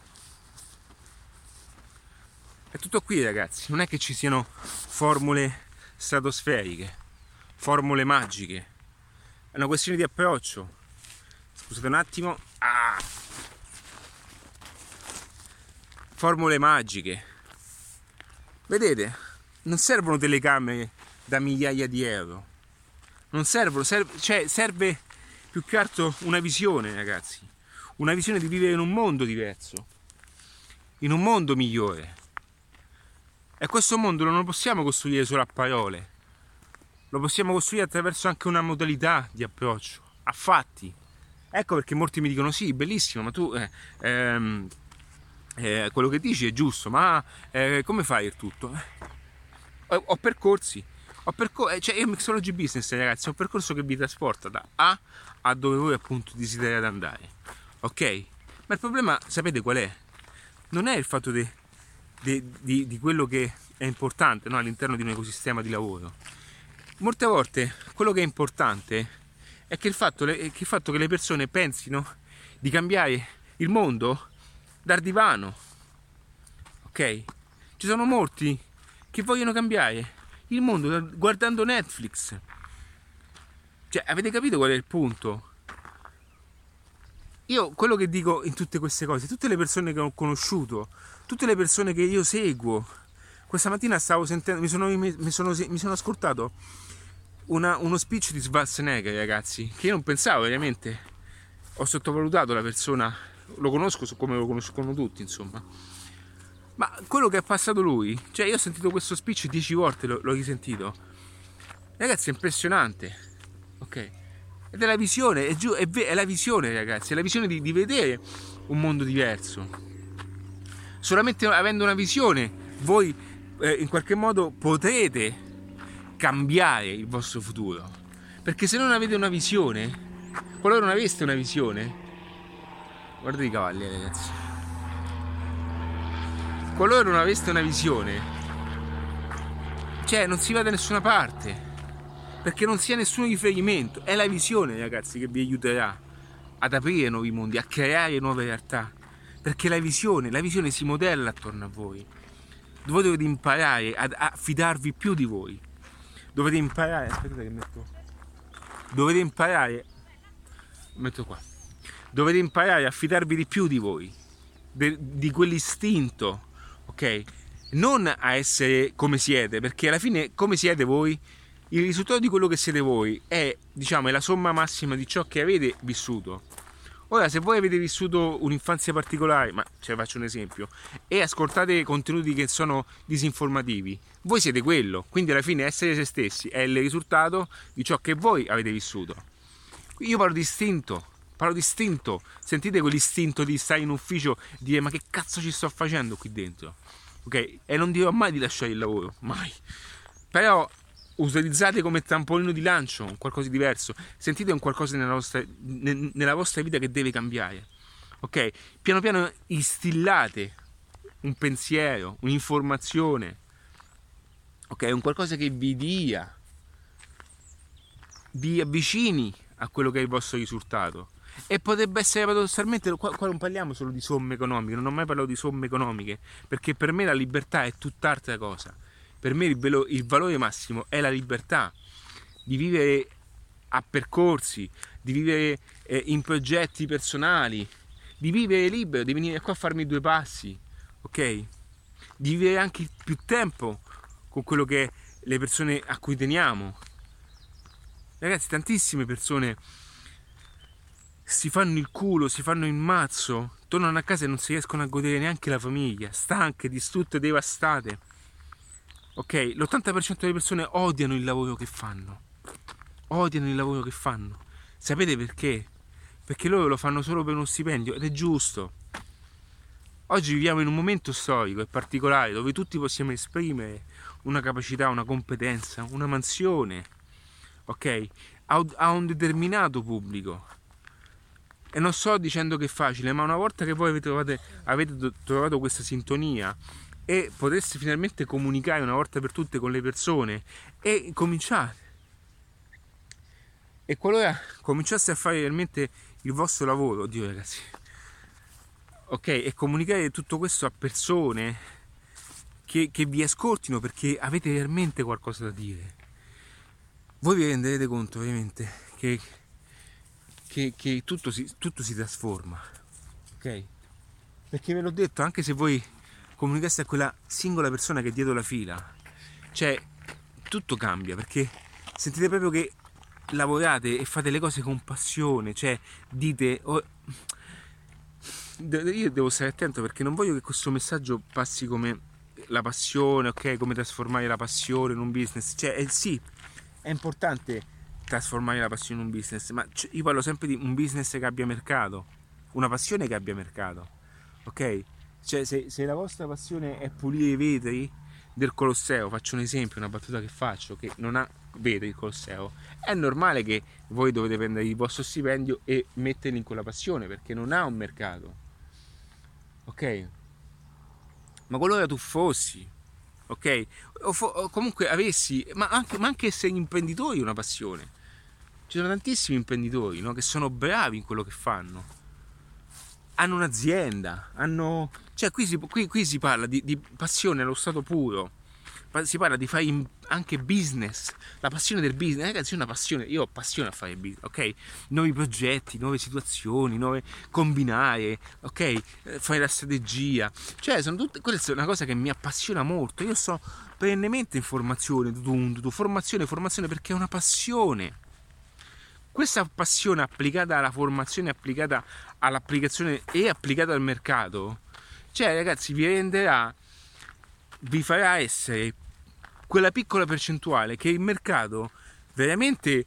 È tutto qui, ragazzi, non è che ci siano formule stratosferiche, formule magiche, è una questione di approccio. Scusate un attimo. Ah! Formule magiche. Vedete, non servono telecamere da migliaia di euro, non servono, serve, cioè serve più che altro una visione, ragazzi, una visione di vivere in un mondo diverso, in un mondo migliore. E questo mondo non lo possiamo costruire solo a parole, lo possiamo costruire attraverso anche una modalità di approccio, a fatti. Ecco perché molti mi dicono sì, bellissimo, ma tu eh, ehm, eh, quello che dici è giusto, ma eh, come fai il tutto? Ho, ho percorsi, ho percor- cioè io Mixology Business, ragazzi, è un percorso che vi trasporta da A a dove voi appunto desiderate andare, ok? Ma il problema, sapete qual è? Non è il fatto di, di, di, di quello che è importante, no? All'interno di un ecosistema di lavoro. Molte volte quello che è importante è che il fatto, che il fatto che le persone pensino di cambiare il mondo dal divano, ok? Ci sono molti che vogliono cambiare il mondo guardando Netflix. Cioè, avete capito qual è il punto? Io quello che dico in tutte queste cose, tutte le persone che ho conosciuto, tutte le persone che io seguo, questa mattina stavo sentendo, mi sono, mi sono, mi sono ascoltato una, uno speech di Schwarzenegger, ragazzi, che io non pensavo veramente. Ho sottovalutato la persona, lo conosco come lo conoscono tutti, insomma. Ma quello che ha passato lui, cioè io ho sentito questo speech dieci volte, l'ho, l'ho risentito. Ragazzi, è impressionante, ok? Ed è la visione, è, giù, è, è la visione, ragazzi, è la visione di, di vedere un mondo diverso. Solamente avendo una visione, voi eh, in qualche modo potrete cambiare il vostro futuro. Perché se non avete una visione, qualora non aveste una visione, guardate i cavalli, ragazzi. Qualora non aveste una visione, cioè non si va da nessuna parte, perché non si ha nessun riferimento. È la visione, ragazzi, che vi aiuterà ad aprire nuovi mondi, a creare nuove realtà, perché la visione, la visione si modella attorno a voi. Voi dovete imparare ad, a fidarvi più di voi, dovete imparare, aspettate che metto, dovete imparare, metto qua, dovete imparare a fidarvi di più di voi, de, di quell'istinto, ok? Non a essere come siete, perché alla fine come siete voi, il risultato di quello che siete voi è, diciamo, è la somma massima di ciò che avete vissuto. Ora, se voi avete vissuto un'infanzia particolare, ma ce ne faccio un esempio, e ascoltate contenuti che sono disinformativi, voi siete quello, quindi alla fine essere se stessi è il risultato di ciò che voi avete vissuto. Io parlo di istinto, parlo di istinto, sentite quell'istinto di stare in ufficio e dire ma che cazzo ci sto facendo qui dentro, ok? E non dirò mai di lasciare il lavoro, mai, però utilizzate come trampolino di lancio un qualcosa di diverso, sentite un qualcosa nella vostra, nella vostra vita che deve cambiare, ok? Piano piano instillate un pensiero, un'informazione, ok? Un qualcosa che vi dia, vi avvicini a quello che è il vostro risultato. E potrebbe essere paradossalmente, qua, qua non parliamo solo di somme economiche, non ho mai parlato di somme economiche, perché per me la libertà è tutt'altra cosa. Per me il, velo, il valore massimo è la libertà di vivere a percorsi, di vivere eh, in progetti personali, di vivere libero, di venire qua a farmi due passi, ok? Di vivere anche più tempo con con quello che le persone a cui teniamo. Ragazzi, tantissime persone si fanno il culo, si fanno il mazzo, tornano a casa e non si riescono a godere neanche la famiglia, stanche, distrutte, devastate. Ok? L'ottanta per cento delle persone odiano il lavoro che fanno. Odiano il lavoro che fanno. Sapete perché? Perché loro lo fanno solo per uno stipendio, ed è giusto. Oggi viviamo in un momento storico e particolare dove tutti possiamo esprimere una capacità, una competenza, una mansione, ok? A, a un determinato pubblico. E non sto dicendo che è facile, ma una volta che voi avete trovato, avete trovato questa sintonia e potreste finalmente comunicare una volta per tutte con le persone e cominciate. E qualora cominciaste a fare realmente il vostro lavoro, oddio ragazzi, ok, e comunicare tutto questo a persone che, che vi ascoltino perché avete realmente qualcosa da dire, voi vi renderete conto ovviamente che, che, che tutto, si, tutto si trasforma, ok? Perché ve l'ho detto, anche se voi comunicaste a quella singola persona che è dietro la fila, cioè tutto cambia, perché sentite proprio che lavorate e fate le cose con passione, cioè dite... Oh, io devo stare attento perché non voglio che questo messaggio passi come la passione, ok? Come trasformare la passione in un business. Cioè, eh, sì, è importante trasformare la passione in un business, ma io parlo sempre di un business che abbia mercato, una passione che abbia mercato, ok? Cioè, se, se la vostra passione è pulire i vetri del Colosseo, faccio un esempio, una battuta che faccio, che non ha vetri il Colosseo, è normale che voi dovete prendere il vostro stipendio e metterli in quella passione, perché non ha un mercato. Ok? Ma qualora tu fossi, ok? O, fo- o comunque avessi, ma anche, ma anche se gli imprenditori una passione. Ci sono tantissimi imprenditori, no? Che sono bravi in quello che fanno. Hanno un'azienda, hanno... Cioè qui si, qui, qui si parla di, di passione allo stato puro. Si parla di fare anche business, la passione del business, ragazzi, è una passione, io ho passione a fare business, ok? Nuovi progetti, nuove situazioni, nuove combinare, ok? Fare la strategia, cioè sono tutte, questa è una cosa che mi appassiona molto, io sto perennemente in formazione, tutum, tutum, formazione, formazione perché è una passione. Questa passione applicata alla formazione, applicata all'applicazione e applicata al mercato, cioè ragazzi vi renderà, vi farà essere quella piccola percentuale che il mercato veramente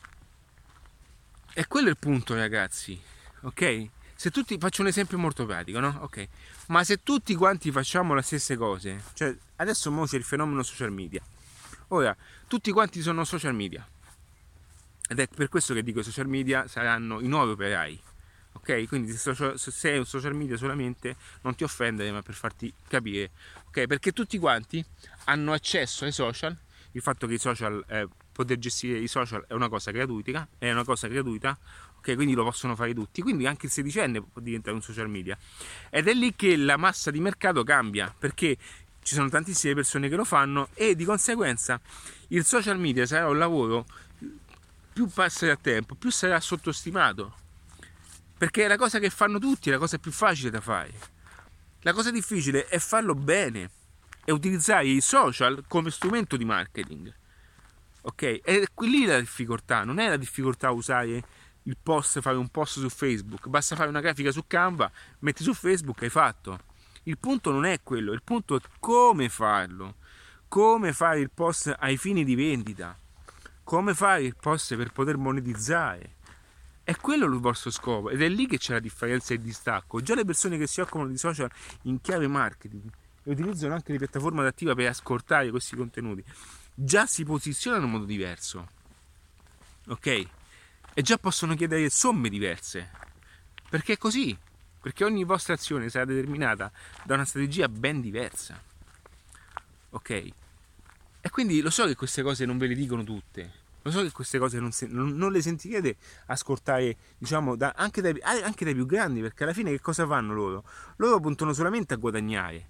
è quello il punto, ragazzi, ok? Se tutti, faccio un esempio molto pratico, no? Ok, ma se tutti quanti facciamo le stesse cose, cioè adesso mo c'è il fenomeno social media, ora tutti quanti sono social media ed è per questo che dico i social media saranno i nuovi operai. Ok, quindi se sei un social media solamente non ti offendere, ma per farti capire, ok? Perché tutti quanti hanno accesso ai social, il fatto che i social, eh, poter gestire i social è una cosa gratuita, è una cosa gratuita, ok? Quindi lo possono fare tutti, quindi anche il sedicenne può diventare un social media, ed è lì che la massa di mercato cambia, perché ci sono tantissime persone che lo fanno e di conseguenza il social media sarà un lavoro, più passerà tempo, più sarà sottostimato. Perché è la cosa che fanno tutti, è la cosa più facile da fare. La cosa difficile è farlo bene e utilizzare i social come strumento di marketing. Ok? E lì la difficoltà, non è la difficoltà a usare il post, fare un post su Facebook, basta fare una grafica su Canva, metti su Facebook e hai fatto. Il punto non è quello, il punto è come farlo, come fare il post ai fini di vendita, come fare il post per poter monetizzare. È quello il vostro scopo ed è lì che c'è la differenza e il distacco. Già le persone che si occupano di social in chiave marketing e utilizzano anche le piattaforme adattive per ascoltare questi contenuti già si posizionano in modo diverso, ok? E già possono chiedere somme diverse, perché è così, perché ogni vostra azione sarà determinata da una strategia ben diversa, ok? E quindi lo so che queste cose non ve le dicono tutte. Lo so che queste cose non, se, non, non le sentirete ascoltare, diciamo, da, anche, dai, anche dai più grandi, perché alla fine che cosa fanno loro? Loro puntano solamente a guadagnare.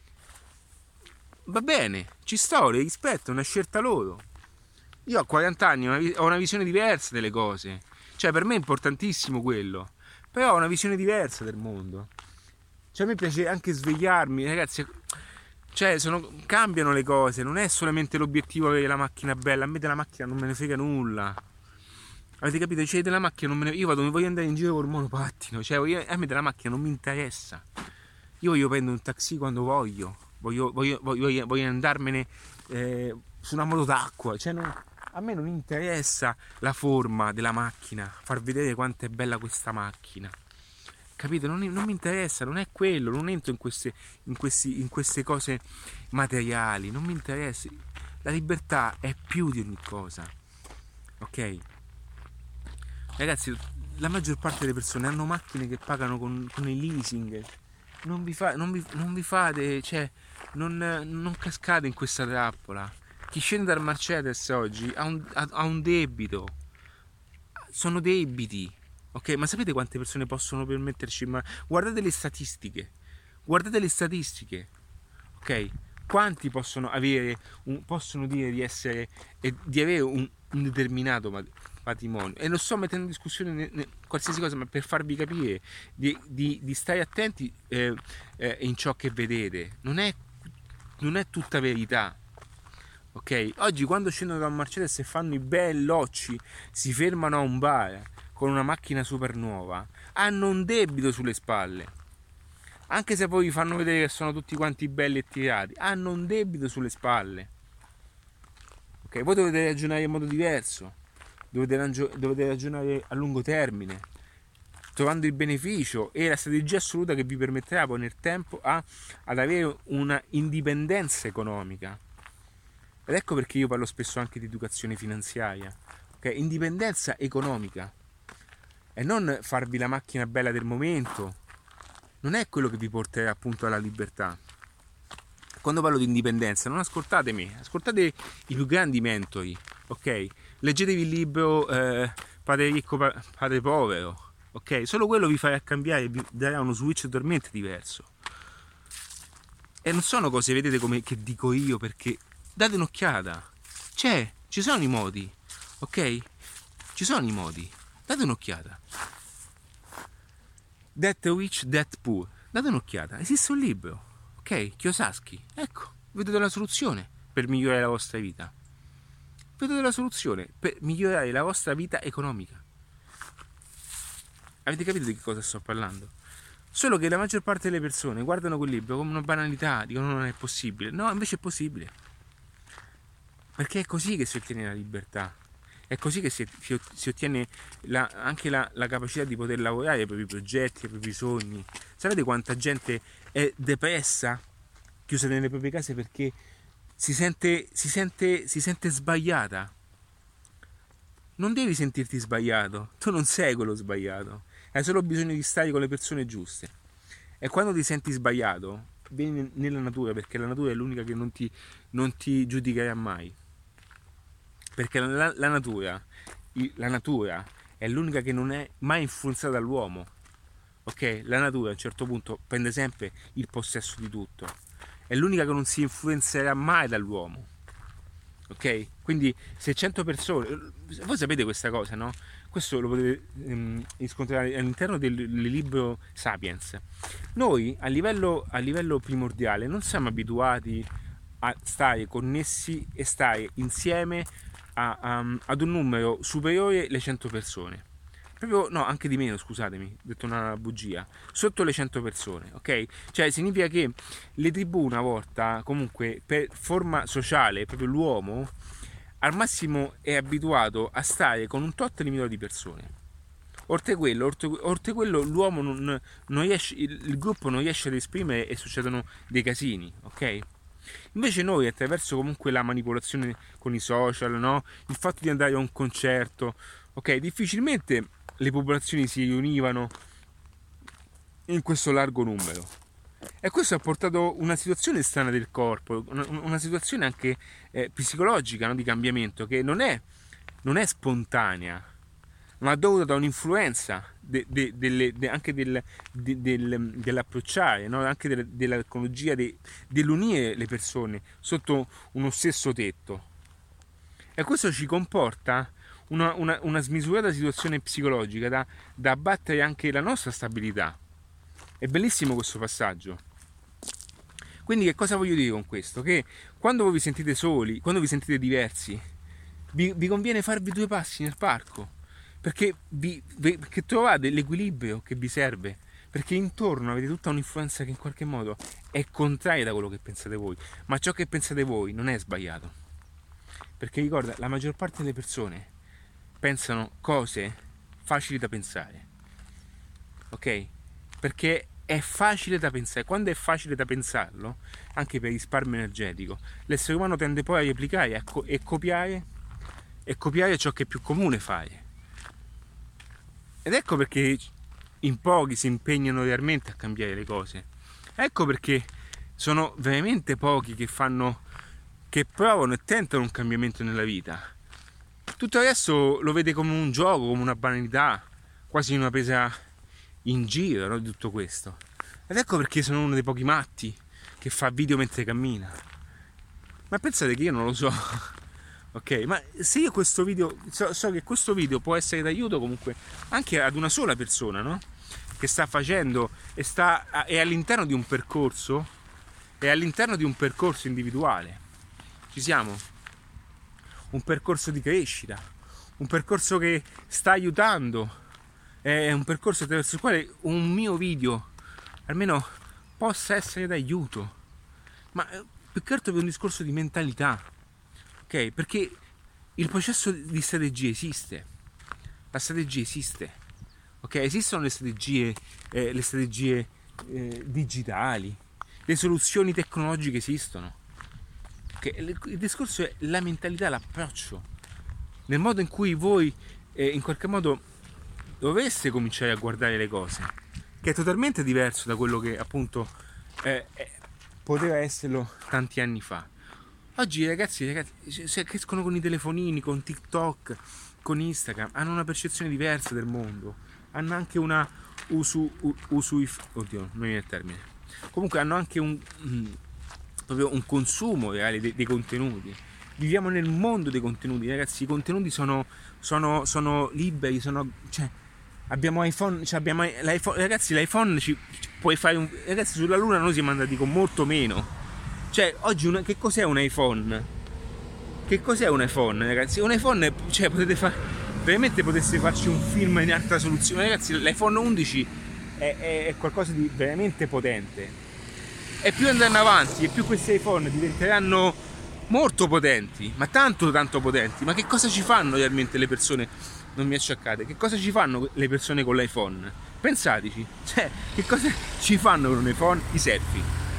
Va bene, ci sto, le rispetto, è una scelta loro. Io a quaranta anni ho una, ho una visione diversa delle cose. Cioè, per me è importantissimo quello. Però ho una visione diversa del mondo. Cioè, a me piace anche svegliarmi, ragazzi. Cioè, sono, cambiano le cose, non è solamente l'obiettivo avere la macchina bella, a me della macchina non me ne frega nulla. Avete capito? Cioè, della macchina non me ne... Io vado, voglio andare in giro col monopattino, cioè, voglio... a me della macchina non mi interessa. Io voglio prendere un taxi quando voglio, voglio, voglio, voglio, voglio andarmene eh, su una moto d'acqua, cioè, non... a me non interessa la forma della macchina, far vedere quanto è bella questa macchina. Capito? Non, non mi interessa, non è quello, non entro in queste, in, questi, in queste cose materiali, non mi interessa. La libertà è più di ogni cosa, ok? Ragazzi, la maggior parte delle persone hanno macchine che pagano con, con il leasing. Non vi, fa, non vi, non vi fate, cioè, non, non cascate in questa trappola. Chi scende dal Mercedes oggi ha un, ha, ha un debito, sono debiti. Ok, ma sapete quante persone possono permetterci? Ma guardate le statistiche, guardate le statistiche, ok? Quanti possono avere, un, possono dire di essere, eh, di avere un, un determinato patrimonio? E non sto mettendo in discussione ne, ne, qualsiasi cosa, ma per farvi capire di, di, di stare attenti eh, eh, in ciò che vedete. Non è, non è tutta verità. Ok? Oggi quando scendono dal Mercedes e fanno i bellocci, si fermano a un bar con una macchina super nuova, hanno un debito sulle spalle. Anche se poi vi fanno vedere che sono tutti quanti belli e tirati, hanno un debito sulle spalle. Ok? Voi dovete ragionare in modo diverso, dovete, ragio- dovete ragionare a lungo termine, trovando il beneficio e la strategia assoluta che vi permetterà poi nel tempo a, ad avere una indipendenza economica. Ed ecco perché io parlo spesso anche di educazione finanziaria, okay? Indipendenza economica, e non farvi la macchina bella del momento, non è quello che vi porterà appunto alla libertà. Quando parlo di indipendenza, non ascoltatemi, ascoltate i più grandi mentori, ok? Leggetevi il libro eh, Padre ricco, padre povero, ok? Solo quello vi farà cambiare, vi darà uno switch totalmente diverso. E non sono cose, vedete, come che dico io, perché date un'occhiata, c'è, ci sono i modi, ok? Ci sono i modi, date un'occhiata. That Rich, That Poor, date un'occhiata, esiste un libro, ok? Kiyosaki, ecco, vedete la soluzione per migliorare la vostra vita. Vedete la soluzione per migliorare la vostra vita economica. Avete capito di che cosa sto parlando? Solo che la maggior parte delle persone guardano quel libro come una banalità, dicono non è possibile. No, invece è possibile. Perché è così che si ottiene la libertà. È così che si, si, si ottiene la, anche la, la capacità di poter lavorare ai propri progetti, ai propri sogni. Sapete quanta gente è depressa, chiusa nelle proprie case perché si sente, si sente, si sente sbagliata? Non devi sentirti sbagliato, tu non sei quello sbagliato, hai solo bisogno di stare con le persone giuste. E quando ti senti sbagliato, vieni nella natura, perché la natura è l'unica che non ti, non ti giudicherà mai. Perché la, la natura, la natura è l'unica che non è mai influenzata dall'uomo. Ok? La natura a un certo punto prende sempre il possesso di tutto. È l'unica che non si influenzerà mai dall'uomo. Ok? Quindi se cento persone, voi sapete questa cosa, no? Questo lo potete ehm, riscontrare all'interno del, del libro Sapiens. Noi a livello, a livello primordiale non siamo abituati a stare connessi e stare insieme a, a, ad un numero superiore alle cento persone. Proprio, no, anche di meno, scusatemi, ho detto una bugia, sotto le cento persone, ok? Cioè significa che le tribù una volta, comunque per forma sociale, proprio l'uomo al massimo è abituato a stare con un tot limitato di persone. Oltre quello, oltre, oltre quello l'uomo non, non riesce, il, il gruppo non riesce ad esprimere e succedono dei casini, ok? Invece noi, attraverso comunque la manipolazione con i social, no? Il fatto di andare a un concerto, ok? Difficilmente le popolazioni si riunivano in questo largo numero. E questo ha portato una situazione strana del corpo, una, una situazione anche eh, psicologica, no? Di cambiamento, che non è, non è spontanea, ma dovuta da un'influenza de, de, de, de, anche del, de, del, dell'approcciare, no? Anche de, dell'ecologia, de, dell'unire le persone sotto uno stesso tetto. E questo ci comporta una, una, una smisurata situazione psicologica da, da abbattere anche la nostra stabilità. È bellissimo questo passaggio. Quindi che cosa voglio dire con questo? Che quando voi vi sentite soli, quando vi sentite diversi, vi, vi conviene farvi due passi nel parco, perché, vi, vi, perché trovate l'equilibrio che vi serve, perché intorno avete tutta un'influenza che in qualche modo è contraria da quello che pensate voi, ma ciò che pensate voi non è sbagliato, perché ricorda, la maggior parte delle persone pensano cose facili da pensare, ok? Perché è facile da pensare. Quando è facile da pensarlo, anche per risparmio energetico, l'essere umano tende poi a replicare a co- e copiare e copiare ciò che è più comune fare. Ed ecco perché in pochi si impegnano realmente a cambiare le cose. Ecco perché sono veramente pochi che fanno, che provano e tentano un cambiamento nella vita. Tutto il resto lo vede come un gioco, come una banalità, quasi una presa in giro, no, di tutto questo. Ed ecco perché sono uno dei pochi matti che fa video mentre cammina. Ma pensate che io non lo so. Ok, ma se io questo video so, so che questo video può essere d'aiuto comunque anche ad una sola persona, no? Che sta facendo e sta è all'interno di un percorso, è all'interno di un percorso individuale. Ci siamo? Un percorso di crescita, un percorso che sta aiutando, è un percorso attraverso il quale un mio video almeno possa essere d'aiuto, ma più che altro per un discorso di mentalità, ok? Perché il processo di strategia esiste, la strategia esiste, ok? Esistono le strategie, eh, le strategie eh, digitali, le soluzioni tecnologiche esistono. Okay? Il discorso è la mentalità, l'approccio, nel modo in cui voi eh, in qualche modo dovreste cominciare a guardare le cose, che è totalmente diverso da quello che appunto eh, eh, poteva esserlo tanti anni fa. Oggi ragazzi, ragazzi cioè, crescono con i telefonini, con TikTok, con Instagram, hanno una percezione diversa del mondo, hanno anche una usu, usu oddio, non mi viene il termine. Comunque hanno anche un mm, proprio un consumo reale dei, dei contenuti. Viviamo nel mondo dei contenuti, ragazzi. I contenuti sono, sono, sono liberi, sono, cioè, abbiamo iPhone, cioè abbiamo l'iPhone, ragazzi, l'iPhone ci, ci puoi fare un, ragazzi, sulla Luna noi siamo andati con molto meno. Cioè, oggi una, che cos'è un iPhone? Che cos'è un iPhone, ragazzi? Un iPhone, cioè, potete fare, veramente poteste farci un film in alta soluzione, ragazzi. L'iPhone undici è, è, è qualcosa di veramente potente. E più andranno avanti e più questi iPhone diventeranno molto potenti, ma tanto tanto potenti. Ma che cosa ci fanno realmente le persone? Non mi acciaccate, che cosa ci fanno le persone con l'iPhone? Pensateci, cioè, che cosa ci fanno con un iPhone? I selfie.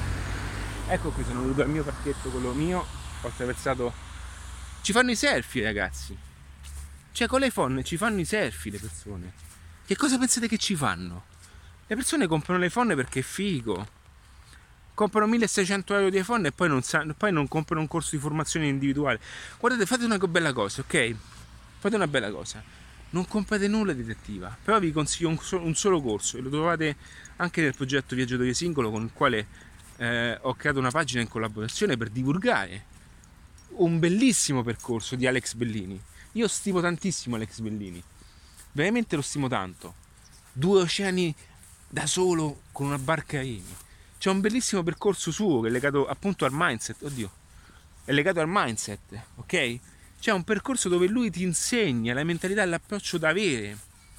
Ecco qui, sono venuto al mio parchetto, quello mio, ho attraversato. Ci fanno i selfie, ragazzi. Cioè, con l'iPhone ci fanno i selfie le persone. Che cosa pensate che ci fanno? Le persone comprano l'iPhone perché è figo. Comprano milleseicento euro di iPhone e poi non, sanno, poi non comprano un corso di formazione individuale. Guardate, fate una bella cosa, ok? Fate una bella cosa. Non comprate nulla di direttiva, però vi consiglio un, so- un solo corso e lo trovate anche nel progetto Viaggiatore Singolo, con il quale eh, ho creato una pagina in collaborazione per divulgare un bellissimo percorso di Alex Bellini. Io stimo tantissimo Alex Bellini, veramente lo stimo tanto. Due oceani da solo con una barca a remi. C'è un bellissimo percorso suo che è legato appunto al mindset, oddio, è legato al mindset, ok? C'è un percorso dove lui ti insegna la mentalità e l'approccio da avere,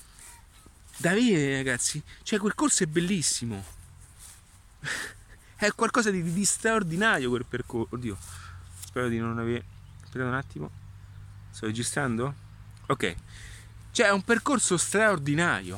da avere, ragazzi. Cioè, quel corso è bellissimo, è qualcosa di, di straordinario quel percorso. Oddio, spero di non aver... aspettate un attimo, sto registrando? Ok, cioè è un percorso straordinario.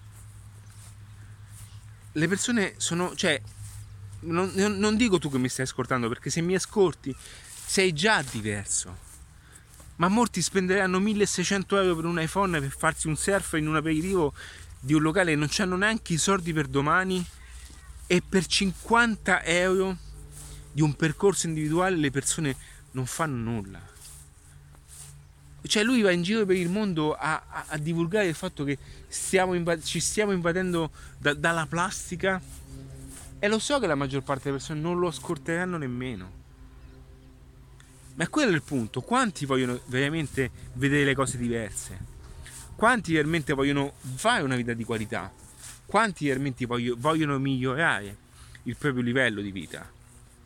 Le persone sono, cioè, non, non dico tu che mi stai ascoltando, perché se mi ascolti sei già diverso, ma molti spenderanno milleseicento euro per un iPhone per farsi un surf in un aperitivo di un locale e non hanno neanche i soldi per domani, e per cinquanta euro di un percorso individuale le persone non fanno nulla. Cioè lui va in giro per il mondo a, a, a divulgare il fatto che stiamo invad- ci stiamo invadendo da, dalla plastica, e lo so che la maggior parte delle persone non lo ascolteranno nemmeno, ma quello è il punto. Quanti vogliono veramente vedere le cose diverse? Quanti realmente vogliono fare una vita di qualità? Quanti realmente voglio, vogliono migliorare il proprio livello di vita?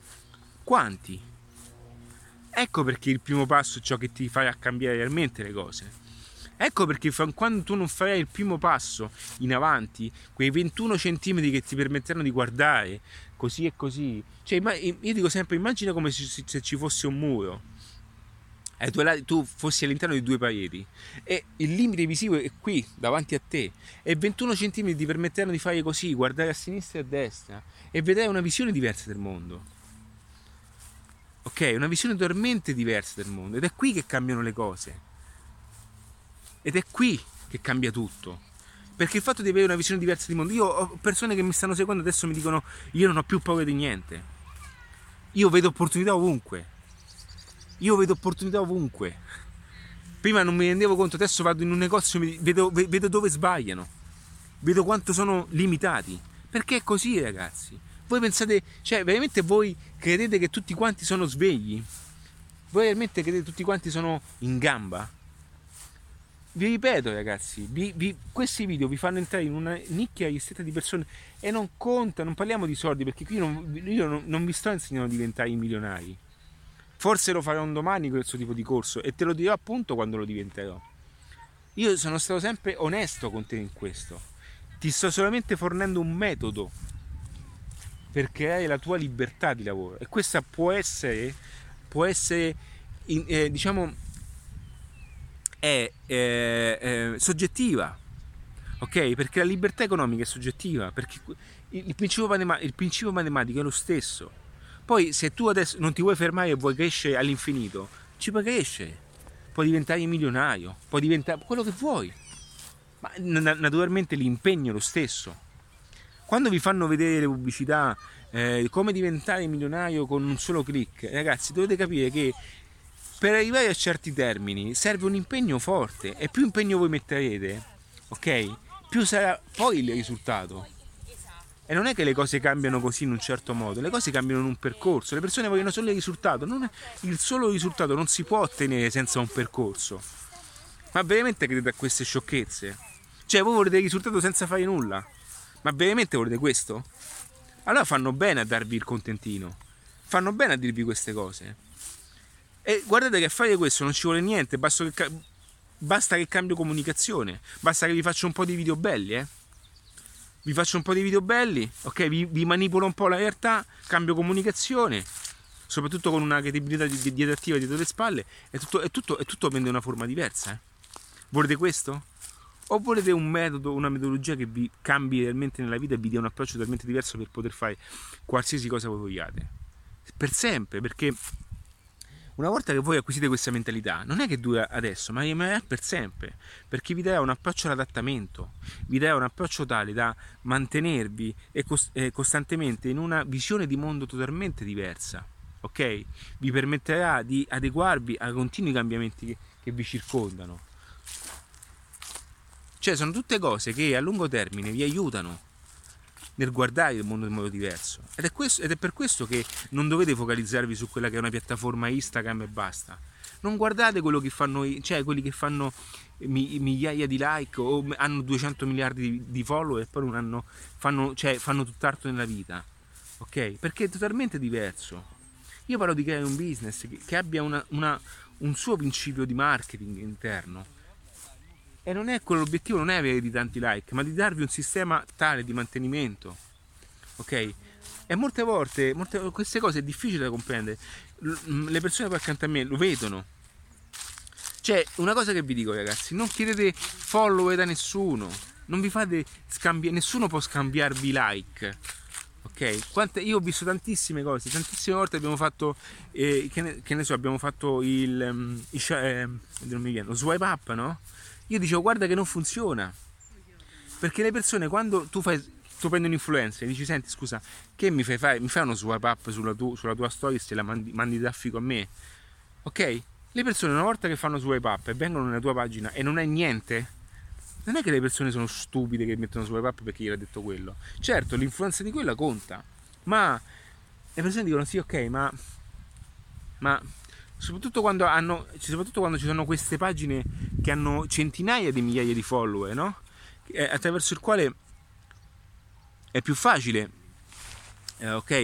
Quanti? Ecco perché il primo passo è ciò che ti fa cambiare realmente le cose. Ecco perché quando tu non farai il primo passo in avanti, quei ventuno centimetri che ti permetteranno di guardare così e così, cioè io dico sempre, immagina come se ci fosse un muro e tu fossi all'interno di due pareti e il limite visivo è qui davanti a te e ventuno centimetri ti permetteranno di fare così, guardare a sinistra e a destra e vedere una visione diversa del mondo. Ok, una visione totalmente diversa del mondo, ed è qui che cambiano le cose. Ed è qui che cambia tutto. Perché il fatto di avere una visione diversa del mondo, io ho persone che mi stanno seguendo adesso mi dicono io non ho più paura di niente. Io vedo opportunità ovunque. Io vedo opportunità ovunque. Prima non mi rendevo conto, adesso vado in un negozio e vedo, vedo dove sbagliano. Vedo quanto sono limitati. Perché è così, ragazzi. Voi pensate, cioè veramente voi credete che tutti quanti sono svegli? Voi veramente credete che tutti quanti sono in gamba? Vi ripeto, ragazzi, vi, vi, questi video vi fanno entrare in una nicchia ristretta di persone e non conta, non parliamo di soldi, perché qui non, io non, non vi sto insegnando a diventare milionari. Forse lo farò un domani questo tipo di corso e te lo dirò appunto quando lo diventerò. Io sono stato sempre onesto con te in questo. Ti sto solamente fornendo un metodo per creare la tua libertà di lavoro, e questa può essere, può essere in, eh, diciamo, è eh, eh, soggettiva, ok? Perché la libertà economica è soggettiva, perché il principio, matema- il principio matematico è lo stesso. Poi se tu adesso non ti vuoi fermare e vuoi crescere all'infinito, ci puoi crescere, puoi diventare milionario, puoi diventare quello che vuoi, ma naturalmente l'impegno è lo stesso. Quando vi fanno vedere le pubblicità, eh, come diventare milionario con un solo click, ragazzi, dovete capire che per arrivare a certi termini serve un impegno forte, e più impegno voi metterete, ok? Più sarà poi il risultato. E non è che le cose cambiano così in un certo modo, le cose cambiano in un percorso. Le persone vogliono solo il risultato, non è, il solo risultato non si può ottenere senza un percorso. Ma veramente credete a queste sciocchezze? Cioè voi volete il risultato senza fare nulla? Ma veramente volete questo? Allora fanno bene a darvi il contentino, fanno bene a dirvi queste cose. E guardate che a fare questo non ci vuole niente, basta che, basta che cambio comunicazione, basta che vi faccio un po' di video belli, eh? Vi faccio un po' di video belli, ok? Vi, vi manipolo un po' la realtà, cambio comunicazione, soprattutto con una credibilità didattiva dietro le spalle, e tutto, è tutto, è tutto prende una forma diversa, eh? Volete questo? O volete un metodo, una metodologia che vi cambi realmente nella vita e vi dia un approccio totalmente diverso per poter fare qualsiasi cosa voi vogliate? Per sempre, perché una volta che voi acquisite questa mentalità, non è che dura adesso, ma rimarrà per sempre, perché vi darà un approccio all'adattamento, vi darà un approccio tale da mantenervi e cost- eh, costantemente in una visione di mondo totalmente diversa, ok? Vi permetterà di adeguarvi ai continui cambiamenti che, che vi circondano. Cioè sono tutte cose che a lungo termine vi aiutano nel guardare il mondo in modo diverso, ed è, questo, ed è per questo che non dovete focalizzarvi su quella che è una piattaforma Instagram e basta. Non guardate quello che fanno, cioè quelli che fanno migliaia di like o hanno duecento miliardi di, di follower e poi non hanno, fanno, cioè, fanno tutt'altro nella vita, ok? Perché è totalmente diverso. Io parlo di creare un business che, che abbia una, una, un suo principio di marketing interno. E non è quello, l'obiettivo non è avere di tanti like, ma di darvi un sistema tale di mantenimento, ok? E molte volte, molte, queste cose è difficile da comprendere. Le persone poi accanto a me lo vedono. Cioè, una cosa che vi dico, ragazzi, non chiedete follower da nessuno, non vi fate scambiare, nessuno può scambiarvi like, ok? Quante, io ho visto tantissime cose, tantissime volte abbiamo fatto, eh, che, ne, che ne so, abbiamo fatto il, um, il eh, non mi viene, lo swipe up, no? Io dicevo guarda che non funziona, perché le persone, quando tu fai, tu prendi un influencer e dici senti scusa che mi fai fare, mi fai uno swipe up sulla, tu, sulla tua story se la mandi, mandi traffico a me, ok? Le persone una volta che fanno swipe up e vengono nella tua pagina e non è niente, non è che le persone sono stupide che mettono swipe up perché gli ha detto quello. Certo l'influenza di quella conta, ma le persone dicono sì ok, ma ma soprattutto quando hanno, soprattutto quando ci sono queste pagine che hanno centinaia di migliaia di follower, no? Attraverso il quale è più facile, eh, ok,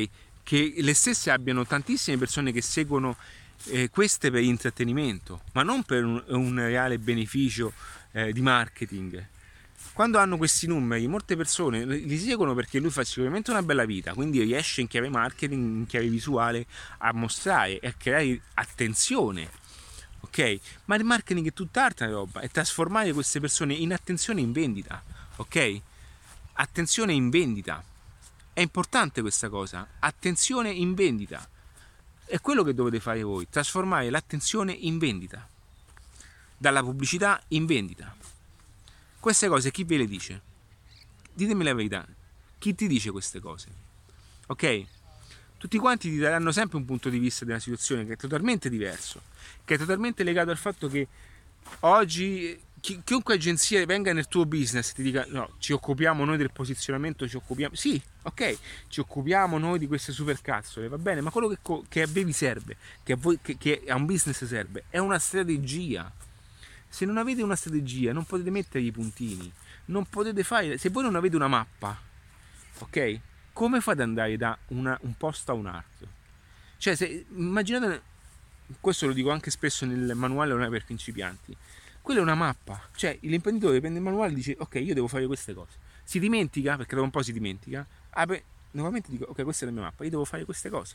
che le stesse abbiano tantissime persone che seguono eh, queste per intrattenimento, ma non per un, un reale beneficio eh, di marketing. Quando hanno questi numeri, molte persone li seguono perché lui fa sicuramente una bella vita, quindi riesce in chiave marketing, in chiave visuale, a mostrare e a creare attenzione, ok? Ma il marketing è tutt'altra roba, è trasformare queste persone in attenzione in vendita, ok? Attenzione in vendita. È importante questa cosa, attenzione in vendita. È quello che dovete fare voi, trasformare l'attenzione in vendita, dalla pubblicità in vendita. Queste cose chi ve le dice? Ditemi la verità, chi ti dice queste cose? Ok? Tutti quanti ti daranno sempre un punto di vista della situazione che è totalmente diverso, che è totalmente legato al fatto che oggi chi, chiunque agenzia venga nel tuo business e ti dica no, ci occupiamo noi del posizionamento, ci occupiamo, sì, ok, ci occupiamo noi di queste supercazzole, va bene, ma quello che, che a voi vi serve, che a, voi, che, che a un business serve, è una strategia. Se non avete una strategia non potete mettere i puntini, non potete fare, se voi non avete una mappa, ok? Come fate ad andare da una, un posto a un altro? Cioè, se, immaginate, questo lo dico anche spesso nel manuale non è per principianti, quella è una mappa, cioè l'imprenditore prende il manuale e dice ok, io devo fare queste cose, si dimentica, perché dopo un po' si dimentica, apre, nuovamente dico ok, questa è la mia mappa, io devo fare queste cose,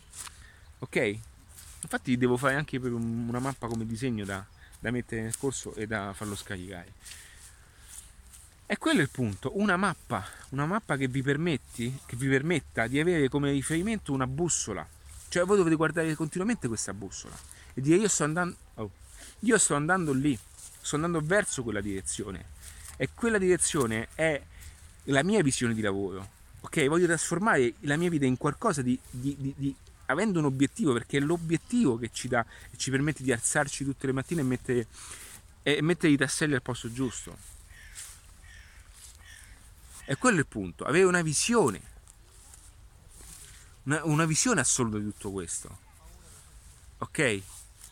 ok? Infatti devo fare anche per un, una mappa come disegno da da mettere nel corso e da farlo scaricare. E quello è il punto, una mappa, una mappa che vi permetti, che vi permetta di avere come riferimento una bussola. Cioè voi dovete guardare continuamente questa bussola e dire io sto andando, oh, io sto andando lì, sto andando verso quella direzione. E quella direzione è la mia visione di lavoro. Ok, voglio trasformare la mia vita in qualcosa di, di, di, di avendo un obiettivo, perché è l'obiettivo che ci dà e ci permette di alzarci tutte le mattine e mettere, e mettere i tasselli al posto giusto. E quello è il punto, avere una visione, una, una visione assoluta di tutto questo, ok?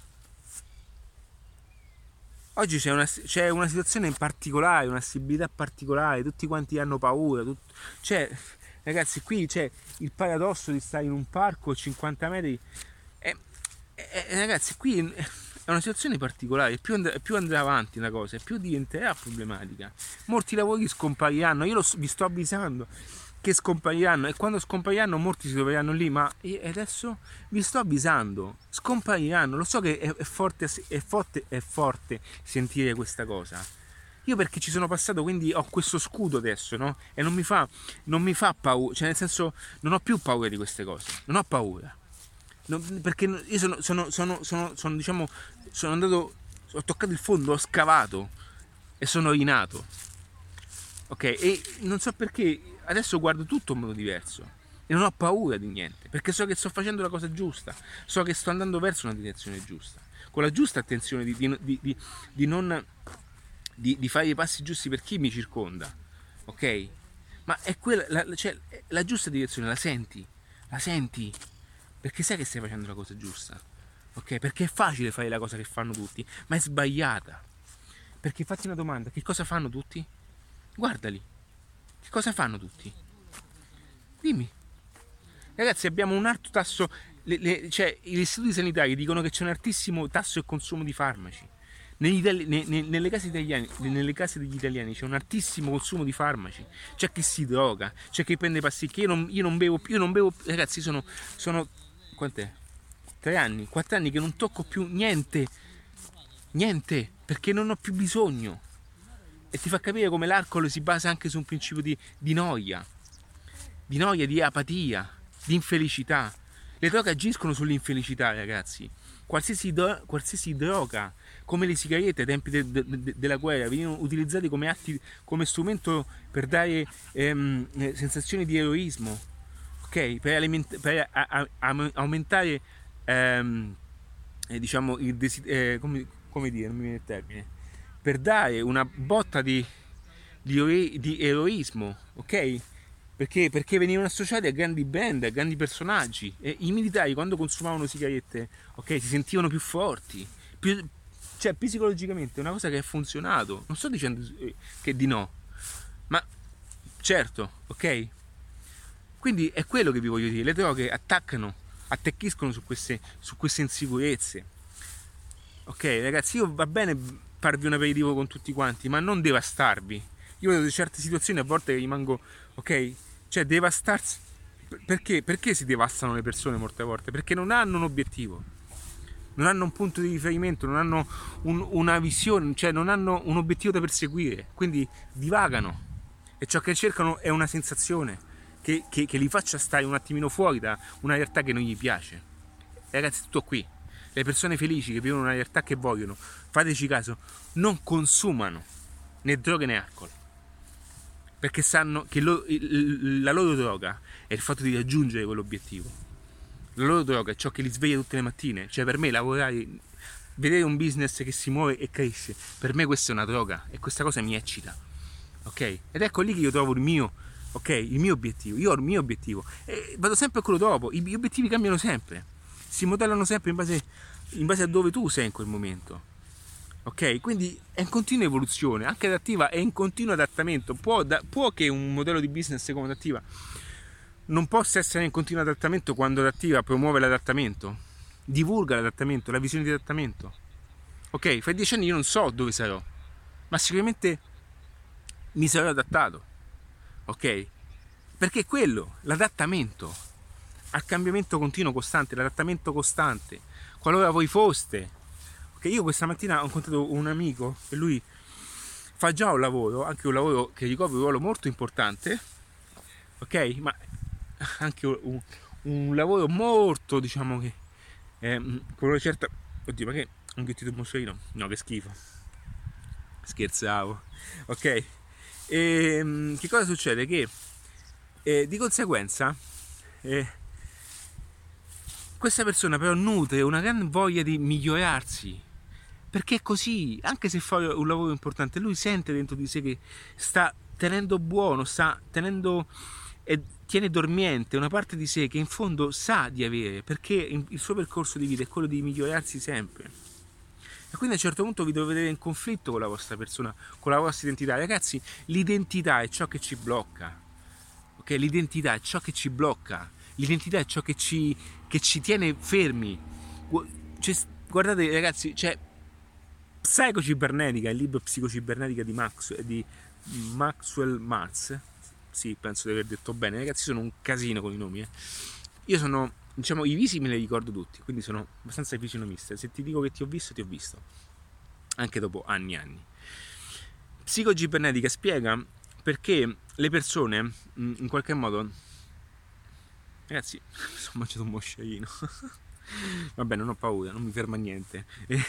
Oggi c'è una, c'è una situazione in particolare, una stabilità particolare, tutti quanti hanno paura, tut... cioè, ragazzi, qui c'è il paradosso di stare in un parco a cinquanta metri e, e, e ragazzi, qui è una situazione particolare, più, and- più andrà avanti una cosa, più diventerà problematica. Molti lavori scompariranno, io lo, vi sto avvisando che scompariranno e quando scompariranno molti si troveranno lì, ma adesso vi sto avvisando, scompariranno. Lo so che è, è, forte, è, forte, è forte sentire questa cosa, io perché ci sono passato, quindi ho questo scudo adesso, no? E non mi fa, non mi fa paura, cioè nel senso non ho più paura di queste cose, non ho paura, non, perché io sono, sono, sono, sono, sono, diciamo, sono andato, ho toccato il fondo, ho scavato e sono rinato, ok? E non so perché adesso guardo tutto in modo diverso e non ho paura di niente, perché so che sto facendo la cosa giusta, so che sto andando verso una direzione giusta, con la giusta attenzione di, di, di, di, di non di, di fare i passi giusti per chi mi circonda, ok? Ma è quella, la, cioè, la giusta direzione la senti, la senti, perché sai che stai facendo la cosa giusta, ok? Perché è facile fare la cosa che fanno tutti, ma è sbagliata, perché fatti una domanda, che cosa fanno tutti? Guardali, che cosa fanno tutti? Dimmi. Ragazzi, abbiamo un alto tasso, le, le, cioè gli istituti sanitari dicono che c'è un altissimo tasso di consumo di farmaci. Negli itali- ne, ne, nelle, case italiane, nelle case degli italiani c'è un altissimo consumo di farmaci, c'è chi si droga, c'è chi prende pasticche, io non, io non bevo più, io non bevo, ragazzi, sono, sono, quant'è? Tre anni, quattro anni che non tocco più niente, niente, perché non ho più bisogno. E ti fa capire come l'alcol si basa anche su un principio di, di noia, di noia, di apatia, di infelicità. Le droghe agiscono sull'infelicità, ragazzi. Qualsiasi, do, qualsiasi droga, come le sigarette ai tempi de, de, de, della guerra, venivano utilizzati come, atti, come strumento per dare ehm, sensazioni di eroismo, ok? Per, aliment- per a, a, a, aumentare ehm, eh, diciamo il desiderio, eh, come, come dire, non mi viene il termine, per dare una botta di, di, di eroismo, ok? Perché? Perché venivano associati a grandi band, a grandi personaggi, e i militari quando consumavano sigarette, ok, si sentivano più forti, più, cioè psicologicamente è una cosa che ha funzionato. Non sto dicendo che di no, ma certo, ok? Quindi è quello che vi voglio dire, le droghe attaccano, attecchiscono su queste, su queste insicurezze. Ok ragazzi, io va bene farvi un aperitivo con tutti quanti, ma non devastarvi. Io vedo certe situazioni a volte che rimango, ok, cioè devastarsi. Perché? Perché si devastano le persone molte volte? Perché non hanno un obiettivo, non hanno un punto di riferimento, non hanno un, una visione, cioè non hanno un obiettivo da perseguire, quindi divagano e ciò che cercano è una sensazione che, che, che li faccia stare un attimino fuori da una realtà che non gli piace. Ragazzi, tutto qui. Le persone felici che vivono una realtà che vogliono, fateci caso, non consumano né droghe né alcol, perché sanno che lo, la loro droga è il fatto di raggiungere quell'obiettivo. La loro droga è ciò che li sveglia tutte le mattine. Cioè per me lavorare, vedere un business che si muove e cresce, per me questa è una droga e questa cosa mi eccita, ok? Ed ecco lì che io trovo il mio, ok, il mio obiettivo. Io ho il mio obiettivo e vado sempre a quello dopo. Gli obiettivi cambiano sempre, si modellano sempre in base, in base a dove tu sei in quel momento. Ok, quindi è in continua evoluzione, anche Adattiva è in continuo adattamento. Può, da, può che un modello di business come Adattiva non possa essere in continuo adattamento quando Adattiva promuove l'adattamento, divulga l'adattamento, la visione di adattamento. Ok, fra dieci anni io non so dove sarò, ma sicuramente mi sarò adattato. Ok? Perché è quello, l'adattamento al cambiamento continuo, costante, l'adattamento costante. Qualora voi foste, ok, io questa mattina ho incontrato un amico e lui fa già un lavoro, anche un lavoro che ricopre un ruolo molto importante, ok, ma anche un, un lavoro molto, diciamo che eh, con una certa, oddio, ma che un ghittito un moscerino? No, che schifo, scherzavo, ok. E che cosa succede? Che eh, di conseguenza eh, questa persona però nutre una gran voglia di migliorarsi, perché è così, anche se fa un lavoro importante, lui sente dentro di sé che sta tenendo buono, sta tenendo e tiene dormiente una parte di sé che in fondo sa di avere, perché il suo percorso di vita è quello di migliorarsi sempre. E quindi a un certo punto vi dovete vedere in conflitto con la vostra persona, con la vostra identità. Ragazzi, l'identità è ciò che ci blocca, ok? L'identità è ciò che ci blocca, l'identità è ciò che ci, che ci tiene fermi. Cioè, guardate ragazzi, c'è Psicocibernetica, il libro Psicocibernetica di, Max, di Maxwell Maltz. Sì, penso di aver detto bene, ragazzi, sono un casino con i nomi. Eh. Io sono, diciamo, i visi me li ricordo tutti, quindi sono abbastanza fisionomista. Se ti dico che ti ho visto, ti ho visto, anche dopo anni e anni. Psicocibernetica spiega perché le persone, in qualche modo, ragazzi, mi sono mangiato un moscerino. Vabbè, non ho paura, non mi ferma niente. E,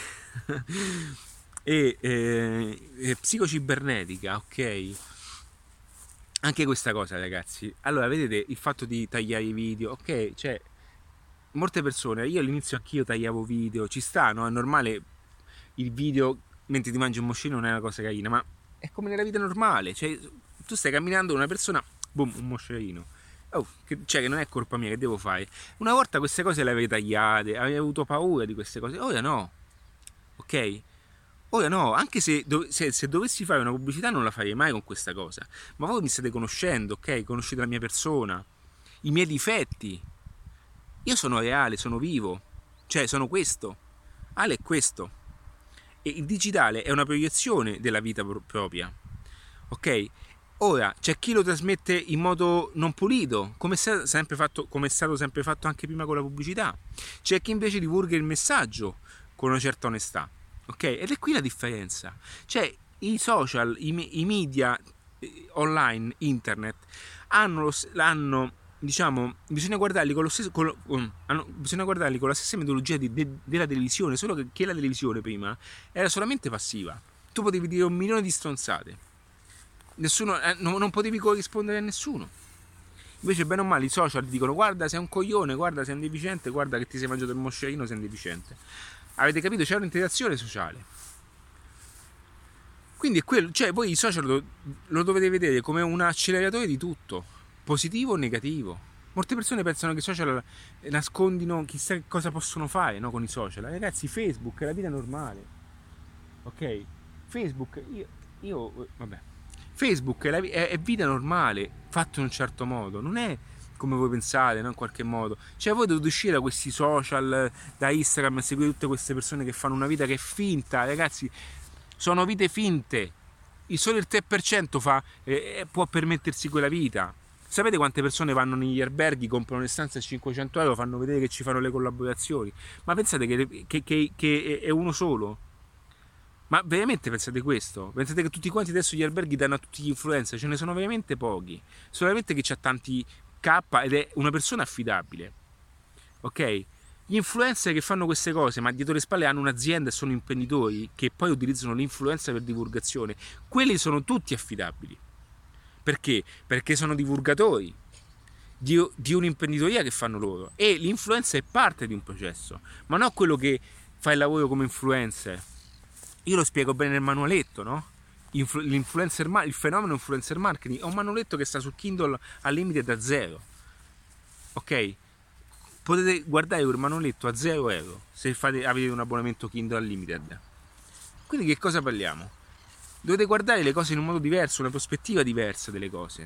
e eh, psicocibernetica, ok? Anche questa cosa, ragazzi. Allora, vedete il fatto di tagliare i video, ok? Cioè, molte persone, io all'inizio anch'io tagliavo video, ci sta, no? È normale il video mentre ti mangi un moscerino, non è una cosa carina, ma è come nella vita normale. Cioè, tu stai camminando con una persona, boom, un moscerino. Oh, che, cioè che non è colpa mia, che devo fare? Una volta queste cose le avevi tagliate, avevi avuto paura di queste cose, ora no, ok? Ora no, anche se, se, se dovessi fare una pubblicità non la farei mai con questa cosa, ma voi mi state conoscendo, ok? Conoscete la mia persona, i miei difetti, io sono reale, sono vivo, cioè sono questo, Ale è questo, e il digitale è una proiezione della vita propria, ok? Ora, c'è chi lo trasmette in modo non pulito, come è, sempre fatto, come è stato sempre fatto anche prima con la pubblicità. C'è chi invece divulga il messaggio con una certa onestà, ok? Ed è qui la differenza. Cioè, i social, i, i media eh, online, internet, hanno, hanno, diciamo, bisogna guardarli con lo stesso, con lo, um, hanno, bisogna guardarli con la stessa metodologia di, de, della televisione, solo che, che la televisione prima era solamente passiva. Tu potevi dire un milione di stronzate. Nessuno, eh, non, non potevi corrispondere a nessuno. Invece bene o male i social ti dicono guarda sei un coglione, guarda sei un deficiente, guarda che ti sei mangiato il moscerino, sei un deficiente. Avete capito? C'è un'interazione sociale. Quindi è quello, cioè voi i social lo, lo dovete vedere come un acceleratore di tutto, positivo o negativo. Molte persone pensano che i social nascondino chissà che cosa possono fare, no, con i social. Ragazzi, Facebook è la vita normale, ok? Facebook, io, io vabbè Facebook è, la, è, è vita normale, fatto in un certo modo, non è come voi pensate, no? In qualche modo. Cioè voi dovete uscire da questi social, da Instagram e seguire tutte queste persone che fanno una vita che è finta, ragazzi, sono vite finte. Il solo il tre per cento fa, eh, può permettersi quella vita. Sapete quante persone vanno negli alberghi, comprano le stanze a cinquecento euro, fanno vedere che ci fanno le collaborazioni? Ma pensate che, che, che, che è uno solo? Ma veramente pensate questo? Pensate che tutti quanti adesso gli alberghi danno a tutti gli influencer? Ce ne sono veramente pochi. Solamente che c'ha tanti K ed è una persona affidabile. Ok? Gli influencer che fanno queste cose, ma dietro le spalle hanno un'azienda e sono imprenditori che poi utilizzano l'influenza per divulgazione, quelli sono tutti affidabili. Perché? Perché sono divulgatori di, di un'imprenditoria che fanno loro, e l'influencer è parte di un processo, ma non quello che fa il lavoro come influencer. Io lo spiego bene nel manualetto, no? Influ- l'influencer, il fenomeno influencer marketing è un manualetto che sta su Kindle al limite da zero. Ok? Potete guardare quel manualetto a zero euro se fate, avete un abbonamento Kindle Unlimited. Quindi che cosa parliamo? Dovete guardare le cose in un modo diverso, una prospettiva diversa delle cose.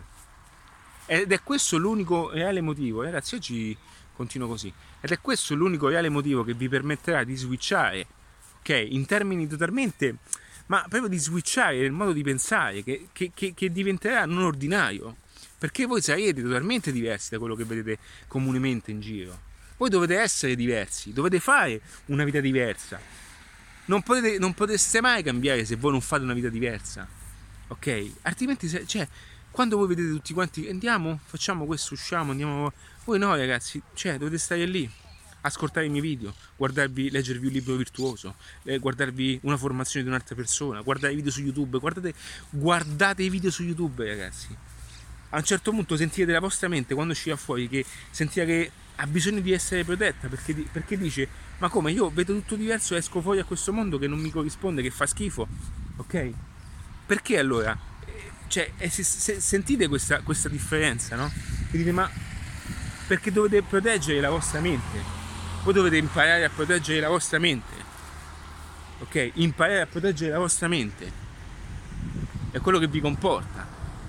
Ed è questo l'unico reale motivo, ragazzi, oggi continuo così. Ed è questo l'unico reale motivo che vi permetterà di switchare, ok? In termini totalmente, ma proprio di switchare nel modo di pensare, che, che, che, che diventerà non ordinario. Perché voi sarete totalmente diversi da quello che vedete comunemente in giro. Voi dovete essere diversi, dovete fare una vita diversa. Non potete, non potreste mai cambiare se voi non fate una vita diversa, ok? Altrimenti, se, cioè, quando voi vedete tutti quanti andiamo, facciamo questo, usciamo, andiamo. Voi no, ragazzi, cioè, dovete stare lì, ascoltare i miei video, guardarvi, leggervi un libro virtuoso, eh, guardarvi una formazione di un'altra persona, guardare i video su YouTube, guardate, guardate i video su YouTube, ragazzi. A un certo punto sentirete la vostra mente, quando uscirà fuori, che sentirà che ha bisogno di essere protetta, perché, perché dice: ma come, io vedo tutto diverso, esco fuori a questo mondo che non mi corrisponde, che fa schifo, ok? Perché allora? Cioè, se, se, sentite questa, questa differenza, no? E dite: ma perché dovete proteggere la vostra mente? Voi dovete imparare a proteggere la vostra mente, ok? Imparare a proteggere la vostra mente è quello che vi comporta,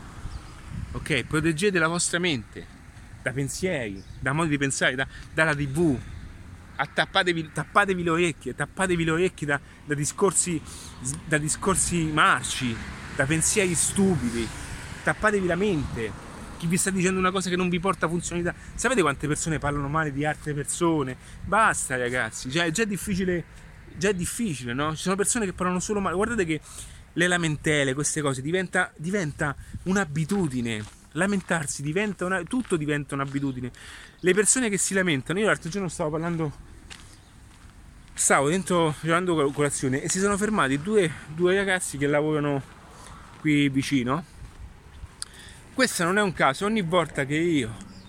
ok? Proteggete la vostra mente da pensieri, da modi di pensare, da, dalla tivù. Attappatevi, tappatevi le orecchie, tappatevi le orecchie da, da, discorsi, da discorsi marci, da pensieri stupidi, tappatevi la mente. Chi vi sta dicendo una cosa che non vi porta funzionalità? Sapete quante persone parlano male di altre persone? Basta, ragazzi, cioè, è già difficile, già è difficile, no? Ci sono persone che parlano solo male. Guardate che le lamentele, queste cose, diventa, diventa un'abitudine. Lamentarsi diventa una, tutto diventa un'abitudine. Le persone che si lamentano, io l'altro giorno stavo parlando, stavo dentro facendo colazione e si sono fermati due, due ragazzi che lavorano qui vicino. Questo non è un caso, ogni volta che io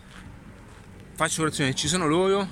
faccio colazione e ci sono loro,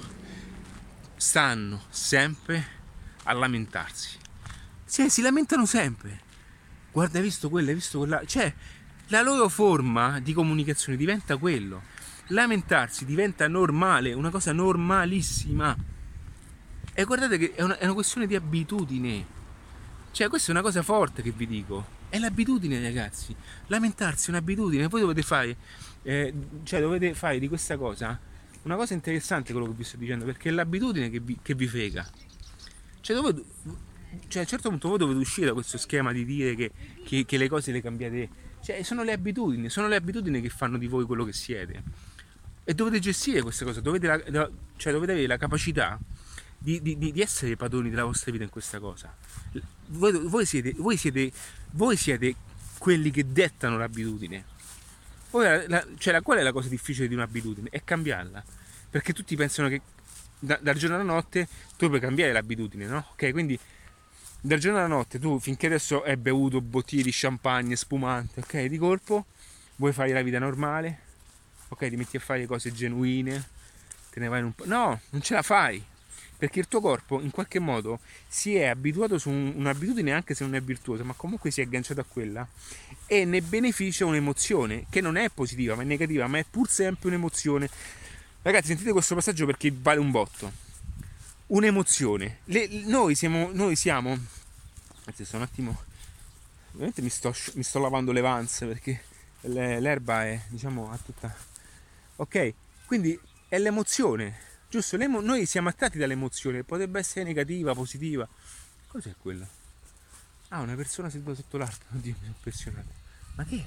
stanno sempre a lamentarsi. Sì, si lamentano sempre. Guarda, hai visto quello, hai visto quella, cioè la loro forma di comunicazione diventa quello. Lamentarsi diventa normale, una cosa normalissima. E guardate che è una, è una questione di abitudine. Cioè, questa è una cosa forte che vi dico. È l'abitudine, ragazzi. Lamentarsi è un'abitudine. Voi dovete fare, eh, cioè dovete fare di questa cosa una cosa interessante, quello che vi sto dicendo, perché è l'abitudine che vi, che vi frega. Cioè, dove, cioè, a un certo punto voi dovete uscire da questo schema di dire che, che, che le cose le cambiate. Cioè, sono le abitudini, sono le abitudini che fanno di voi quello che siete. E dovete gestire queste cose, dovete, la, cioè, dovete avere la capacità di, di, di essere padroni della vostra vita in questa cosa. Voi, voi, siete, voi, siete, voi siete quelli che dettano l'abitudine. Ora, la, cioè, la, qual è la cosa difficile di un'abitudine? È cambiarla. Perché tutti pensano che da, dal giorno alla notte tu puoi cambiare l'abitudine, no? Ok, quindi dal giorno alla notte tu, finché adesso hai bevuto bottiglie di champagne, spumante, ok, di colpo vuoi fare la vita normale, ok, ti metti a fare cose genuine, te ne vai in un po'. No, non ce la fai, perché il tuo corpo in qualche modo si è abituato su un, un'abitudine, anche se non è virtuosa, ma comunque si è agganciato a quella e ne beneficia un'emozione che non è positiva ma è negativa, ma è pur sempre un'emozione. Ragazzi, sentite questo passaggio perché vale un botto. Un'emozione. Le, noi siamo, noi siamo. Adesso un attimo. Ovviamente mi sto, mi sto lavando le vans perché l'erba è, diciamo, a tutta. Ok. Quindi è l'emozione, giusto? L'emo- noi siamo attratti dall'emozione, potrebbe essere negativa, positiva. Cos'è quello? Ah, una persona seduta sotto l'arco. Oddio, mi sono impressionato. Ma che è?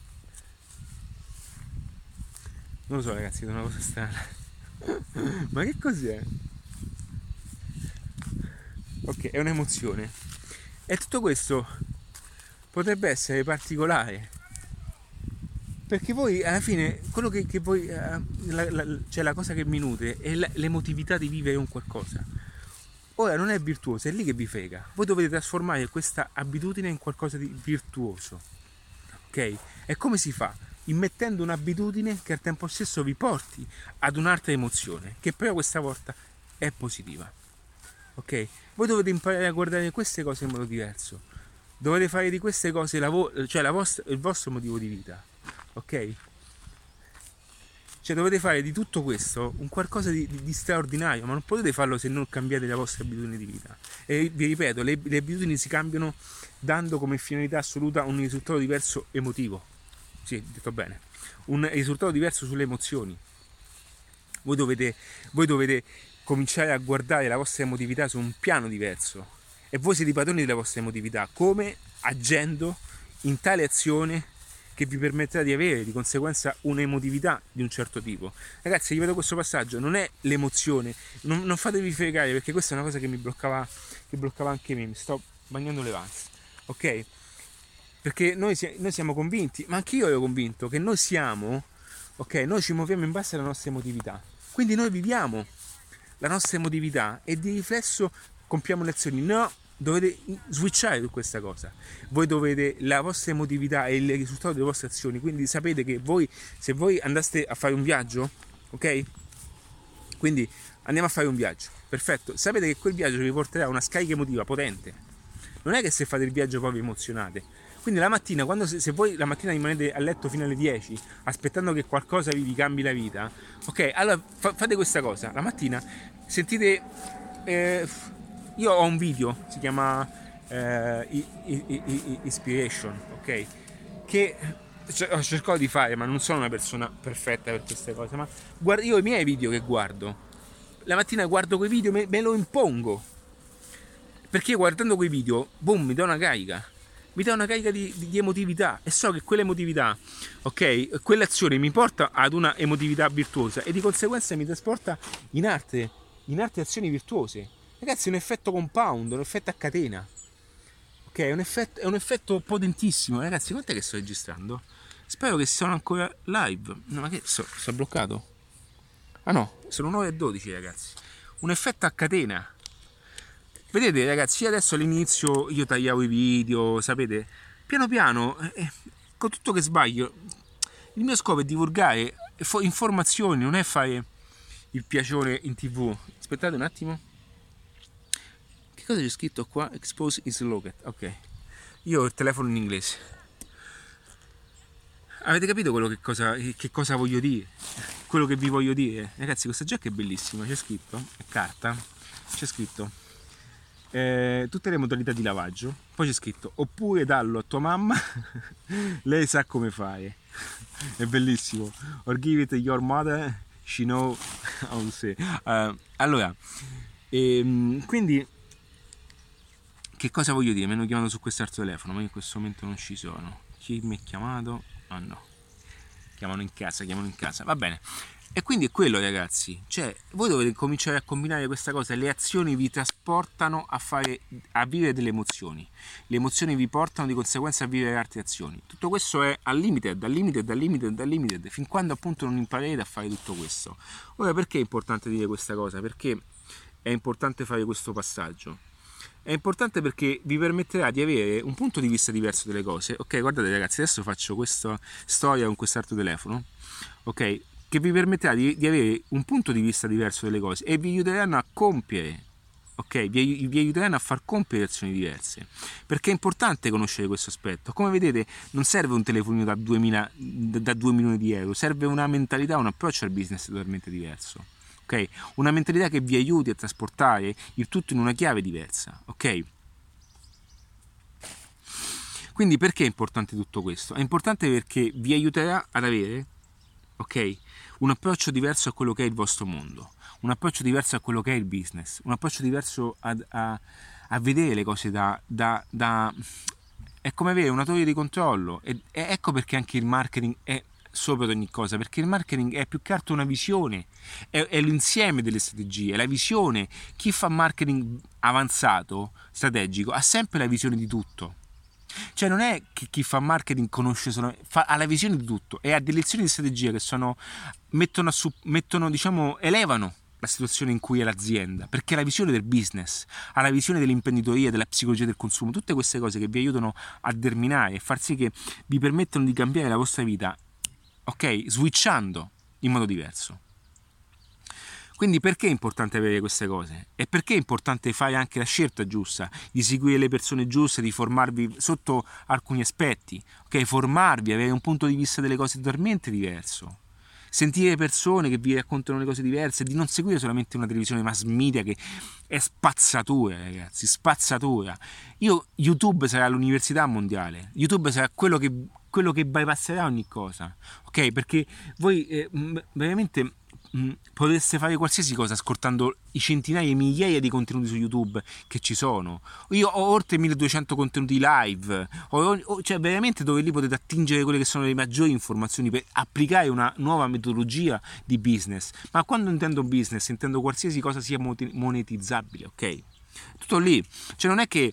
Non lo so, ragazzi, è una cosa strana. Ma che cos'è? Ok, è un'emozione. E tutto questo potrebbe essere particolare, perché voi alla fine quello che, che voi eh, la, la, cioè la cosa che mi nutre è la, l'emotività di vivere un qualcosa. Ora non è virtuoso, è lì che vi frega. Voi dovete trasformare questa abitudine in qualcosa di virtuoso, ok? E come si fa? Immettendo un'abitudine che al tempo stesso vi porti ad un'altra emozione, che però questa volta è positiva, ok? Voi dovete imparare a guardare queste cose in modo diverso, dovete fare di queste cose la vo- cioè la vostra, il vostro motivo di vita, ok? Cioè dovete fare di tutto questo un qualcosa di, di, di straordinario, ma non potete farlo se non cambiate la vostra abitudine di vita. E vi ripeto, le, le abitudini si cambiano dando come finalità assoluta un risultato diverso emotivo. Sì, detto bene. Un risultato diverso sulle emozioni. Voi dovete, voi dovete cominciare a guardare la vostra emotività su un piano diverso. E voi siete i padroni della vostra emotività. Come? Agendo in tale azione che vi permetterà di avere di conseguenza un'emotività di un certo tipo. Ragazzi, ripeto questo passaggio, non è l'emozione, non, non fatevi fregare, perché questa è una cosa che mi bloccava, che bloccava anche me, mi sto bagnando le vans, ok? Perché noi, noi siamo convinti, ma anche io ero convinto che noi siamo, ok, noi ci muoviamo in base alla nostra emotività, quindi noi viviamo la nostra emotività e di riflesso compiamo le azioni. No, dovete switchare su questa cosa. Voi dovete, la vostra emotività è il risultato delle vostre azioni, quindi sapete che voi, se voi andaste a fare un viaggio, ok? Quindi andiamo a fare un viaggio, perfetto, sapete che quel viaggio vi porterà a una scarica emotiva potente. Non è che se fate il viaggio poi vi emozionate. Quindi la mattina, quando, se voi la mattina rimanete a letto fino alle dieci aspettando che qualcosa vi, vi cambi la vita, ok, allora fa, fate questa cosa, la mattina sentite eh, io ho un video, si chiama eh, Inspiration, ok? Che ho cercato di fare, ma non sono una persona perfetta per queste cose, ma guardo, io i miei video che guardo, la mattina guardo quei video, me, me lo impongo, perché guardando quei video, boom, mi dà una carica, mi dà una carica di, di, di emotività, e so che quell'emotività, ok, quell'azione mi porta ad una emotività virtuosa e di conseguenza mi trasporta in altre, in altre azioni virtuose. Ragazzi, è un effetto compound, un effetto a catena, ok? È un effetto, è un effetto potentissimo. Ragazzi, quant'è che sto registrando? Spero che sono ancora live. No, ma che sto, sto bloccato? Ah no, sono nove e dodici, ragazzi. Un effetto a catena. Vedete, ragazzi, io adesso all'inizio io tagliavo i video, sapete? Piano piano, eh, con tutto che sbaglio, il mio scopo è divulgare informazioni, non è fare il piacione in tv. Aspettate un attimo. Che cosa c'è scritto qua? Expose is locked. Ok. Io ho il telefono in inglese. Avete capito quello che cosa, che cosa voglio dire? Quello che vi voglio dire? Ragazzi, questa giacca è bellissima. C'è scritto, è carta, c'è scritto eh, tutte le modalità di lavaggio. Poi c'è scritto, oppure dallo a tua mamma, lei sa come fare. È bellissimo. Or give it to your mother, she know how to say. Uh, allora, ehm, quindi che cosa voglio dire? Mi hanno chiamato su quest'altro telefono, ma io in questo momento non ci sono. Chi mi ha chiamato? Ah no, chiamano in casa, chiamano in casa, va bene. E quindi è quello, ragazzi, cioè voi dovete cominciare a combinare questa cosa. Le azioni vi trasportano a fare, a vivere delle emozioni, le emozioni vi portano di conseguenza a vivere altre azioni. Tutto questo è al limited, al limited, al limited, al limited, fin quando appunto non imparerete a fare tutto questo. Ora, perché è importante dire questa cosa? Perché è importante fare questo passaggio? È importante perché vi permetterà di avere un punto di vista diverso delle cose. Ok, guardate ragazzi, adesso faccio questa storia con quest'altro telefono, ok, che vi permetterà di, di avere un punto di vista diverso delle cose e vi aiuteranno a compiere, ok, vi, vi aiuteranno a far compiere azioni diverse, perché è importante conoscere questo aspetto. Come vedete, non serve un telefonino da duemila, da due milioni di euro, serve una mentalità, un approccio al business totalmente diverso. Okay? Una mentalità che vi aiuti a trasportare il tutto in una chiave diversa, ok? Quindi perché è importante tutto questo? È importante perché vi aiuterà ad avere ok? Un approccio diverso a quello che è il vostro mondo, un approccio diverso a quello che è il business, un approccio diverso a, a, a vedere le cose da, da, da... È come avere una torre di controllo e, e ecco perché anche il marketing è sopra ogni cosa, perché il marketing è più che altro una visione, è, è l'insieme delle strategie, è la visione. Chi fa marketing avanzato, strategico, ha sempre la visione di tutto. Cioè non è che chi fa marketing conosce solo, fa, ha la visione di tutto e ha delle lezioni di strategia che sono mettono, a, mettono diciamo elevano la situazione in cui è l'azienda, perché ha la visione del business, ha la visione dell'imprenditoria, della psicologia del consumo, tutte queste cose che vi aiutano a determinare e far sì che vi permettono di cambiare la vostra vita, ok? Switchando in modo diverso. Quindi perché è importante avere queste cose? E perché è importante fare anche la scelta giusta, di seguire le persone giuste, di formarvi sotto alcuni aspetti, ok? Formarvi, avere un punto di vista delle cose totalmente diverso, sentire persone che vi raccontano le cose diverse, di non seguire solamente una televisione mass media che è spazzatura, ragazzi, spazzatura. Io, YouTube sarà l'università mondiale, YouTube sarà quello che, quello che bypasserà ogni cosa, ok? Perché voi eh, veramente potreste fare qualsiasi cosa ascoltando i centinaia e migliaia di contenuti su YouTube che ci sono. Io ho oltre milleduecento contenuti live, ho, ho, cioè veramente dove lì potete attingere quelle che sono le maggiori informazioni per applicare una nuova metodologia di business. Ma quando intendo business intendo qualsiasi cosa sia monetizzabile, ok? Tutto lì. Cioè non è che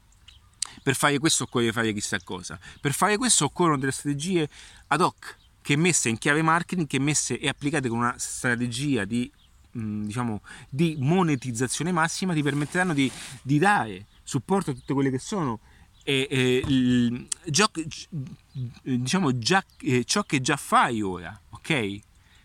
per fare questo occorre fare chissà cosa, per fare questo occorrono delle strategie ad hoc che messe in chiave marketing, che messe e applicate con una strategia di, mh, diciamo, di monetizzazione massima, ti permetteranno di, di dare supporto a tutte quelle che sono eh, eh, il, già, diciamo, già, eh, ciò che già fai ora, ok?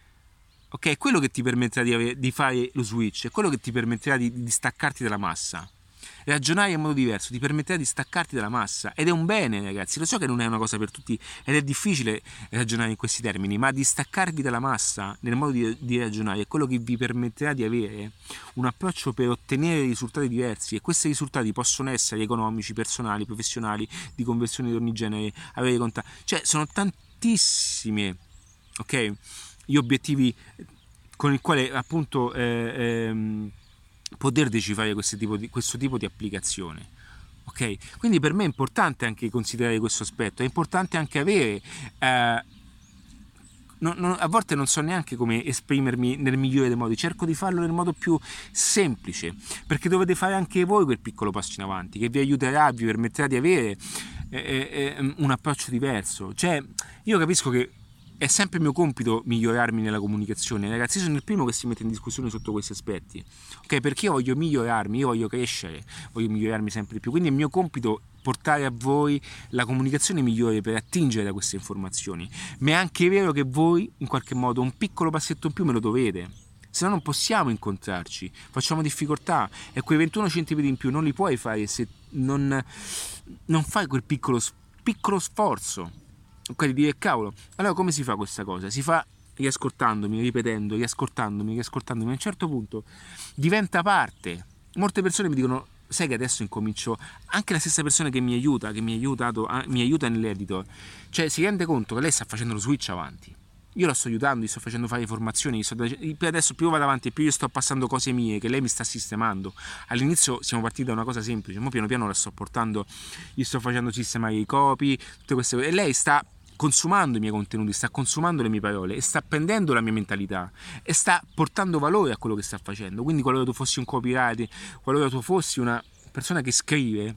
Ok, è quello che ti permetterà di, avere, di fare lo switch, è quello che ti permetterà di, di staccarti dalla massa. Ragionare in modo diverso ti permetterà di staccarti dalla massa ed è un bene, ragazzi. Lo so che non è una cosa per tutti ed è difficile ragionare in questi termini, ma di staccarvi dalla massa nel modo di, di ragionare è quello che vi permetterà di avere un approccio per ottenere risultati diversi, e questi risultati possono essere economici, personali, professionali, di conversione di ogni genere, avere contatti, cioè sono tantissime, ok, gli obiettivi con il quale appunto eh, ehm, poter decifrare questo tipo di, questo tipo di applicazione, ok? Quindi per me è importante anche considerare questo aspetto, è importante anche avere eh, non, non, a volte non so neanche come esprimermi nel migliore dei modi, cerco di farlo nel modo più semplice, perché dovete fare anche voi quel piccolo passo in avanti che vi aiuterà, vi permetterà di avere eh, eh, un approccio diverso. Cioè io capisco che è sempre mio compito migliorarmi nella comunicazione, ragazzi. Io sono il primo che si mette in discussione sotto questi aspetti, ok? Perché io voglio migliorarmi, io voglio crescere, voglio migliorarmi sempre di più, quindi è mio compito portare a voi la comunicazione migliore per attingere da queste informazioni. Ma è anche vero che voi in qualche modo un piccolo passetto in più me lo dovete, se no non possiamo incontrarci, facciamo difficoltà, e quei ventuno centimetri in più non li puoi fare se non, non fai quel piccolo, piccolo sforzo. Ok, di dire cavolo, allora come si fa questa cosa? Si fa riascoltandomi, ripetendo, riascoltandomi, riascoltandomi. A un certo punto diventa parte. Molte persone mi dicono, sai che adesso incomincio, anche la stessa persona che mi aiuta, che mi ha aiutato, mi aiuta nell'editor, cioè si rende conto che lei sta facendo lo switch avanti. Io la sto aiutando, gli sto facendo fare formazioni, gli sto, adesso più vado avanti e più io sto passando cose mie che lei mi sta sistemando. All'inizio siamo partiti da una cosa semplice, ma piano piano la sto portando, gli sto facendo sistemare i copy, tutte queste cose, e lei sta consumando i miei contenuti, sta consumando le mie parole e sta prendendo la mia mentalità e sta portando valore a quello che sta facendo. Quindi qualora tu fossi un copywriter, qualora tu fossi una persona che scrive,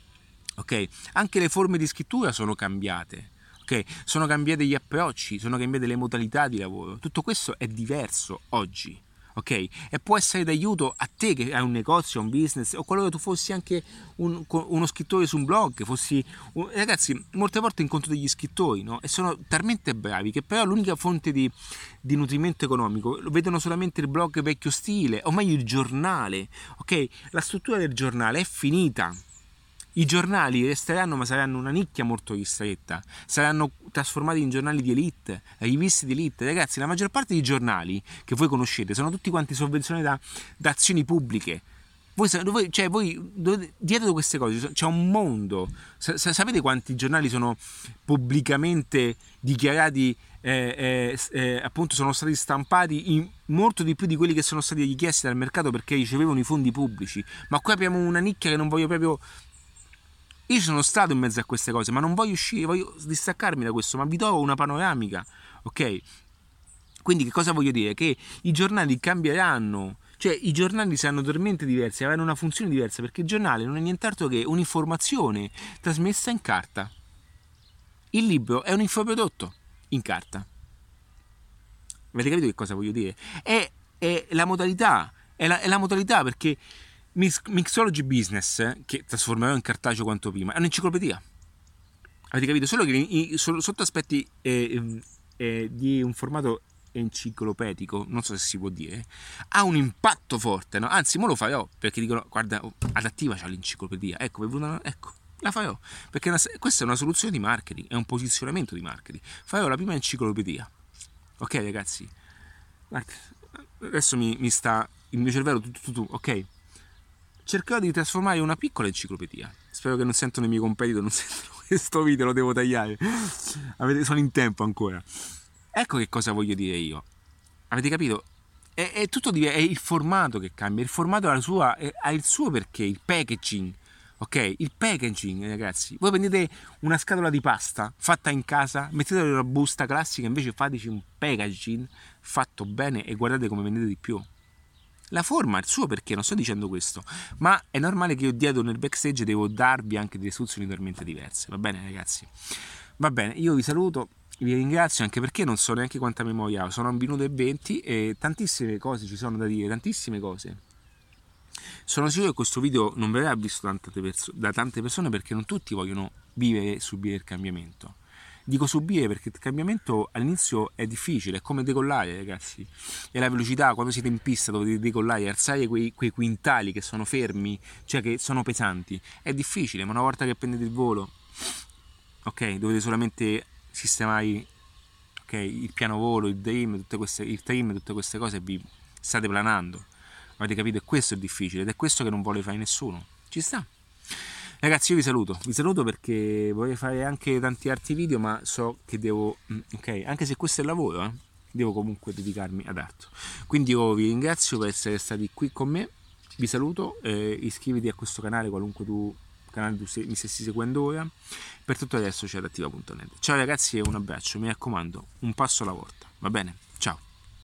ok, anche le forme di scrittura sono cambiate, ok, sono cambiati gli approcci, sono cambiate le modalità di lavoro, tutto questo è diverso oggi, ok, e può essere d'aiuto a te che hai un negozio, un business, o qualora tu fossi anche un, uno scrittore su un blog, fossi un, ragazzi, molte volte incontro degli scrittori, no? E sono talmente bravi che però l'unica fonte di, di nutrimento economico lo vedono solamente il blog vecchio stile, o meglio il giornale, ok, la struttura del giornale è finita. I giornali resteranno, ma saranno una nicchia molto ristretta, saranno trasformati in giornali di elite, riviste di elite. Ragazzi, la maggior parte dei giornali che voi conoscete sono tutti quanti sovvenzionati da, da azioni pubbliche, Voi, voi, cioè, voi dovete, dietro queste cose c'è un mondo. Sa, sapete quanti giornali sono pubblicamente dichiarati, eh, eh, eh, appunto sono stati stampati in molto di più di quelli che sono stati richiesti dal mercato perché ricevevano i fondi pubblici? Ma qui abbiamo una nicchia che non voglio proprio... Io sono stato in mezzo a queste cose, ma non voglio uscire, voglio distaccarmi da questo, ma vi do una panoramica, ok? Quindi che cosa voglio dire? Che i giornali cambieranno. Cioè i giornali saranno totalmente diversi, avranno una funzione diversa, perché il giornale non è nient'altro che un'informazione trasmessa in carta. Il libro è un infoprodotto in carta. Avete capito che cosa voglio dire? È, è la modalità, è la, è la modalità perché Mixology Business, che trasformerò in cartaceo quanto prima, è un'enciclopedia. Avete capito? Solo che sotto aspetti eh, eh, di un formato enciclopedico, non so se si può dire, ha un impatto forte, no? Anzi, mo lo farò, perché dicono, guarda, Adattiva c'ha l'enciclopedia, ecco, una, ecco, la farò, perché una, questa è una soluzione di marketing, è un posizionamento di marketing. Farò la prima enciclopedia, ok ragazzi? Adesso mi, mi sta, il mio cervello, tu, tu, tu, ok? Cercherò di trasformare una piccola enciclopedia. Spero che non sentono i miei competitor, non sentono questo video, lo devo tagliare. Avete, sono in tempo ancora. Ecco che cosa voglio dire io. Avete capito? È, è tutto è il formato che cambia. Il formato ha, la sua, è, ha il suo perché, il packaging. Ok? Il packaging, ragazzi. Voi prendete una scatola di pasta fatta in casa, mettetela in una busta classica, invece fateci un packaging fatto bene e guardate come vendete di più. La forma ha il suo perché, non sto dicendo questo, ma è normale che io dietro nel backstage devo darvi anche delle istruzioni totalmente diverse. Va bene, ragazzi? Va bene, io vi saluto. Vi ringrazio anche perché non so neanche quanta memoria ho, sono un minuto e venti e tantissime cose ci sono da dire, tantissime cose. Sono sicuro che questo video non verrà visto da tante persone perché non tutti vogliono vivere e subire il cambiamento. Dico subire perché il cambiamento all'inizio è difficile, è come decollare, ragazzi. E la velocità, quando siete in pista dovete decollare, alzare quei, quei quintali che sono fermi, cioè che sono pesanti. È difficile, ma una volta che prendete il volo, ok, dovete solamente sistemare, okay, il piano volo, il trim, tutte queste, il trim, tutte queste cose e vi state planando. Avete capito? E questo è difficile ed è questo che non vuole fare nessuno. Ci sta. Ragazzi, io vi saluto, vi saluto perché vorrei fare anche tanti altri video, ma so che devo, ok, anche se questo è il lavoro, eh, devo comunque dedicarmi ad altro. Quindi io vi ringrazio per essere stati qui con me, vi saluto, eh, iscriviti a questo canale, qualunque tu canale tu mi stessi seguendo ora. Per tutto adesso c'è adattiva punto net. Ciao ragazzi e un abbraccio, mi raccomando, un passo alla volta, va bene? Ciao!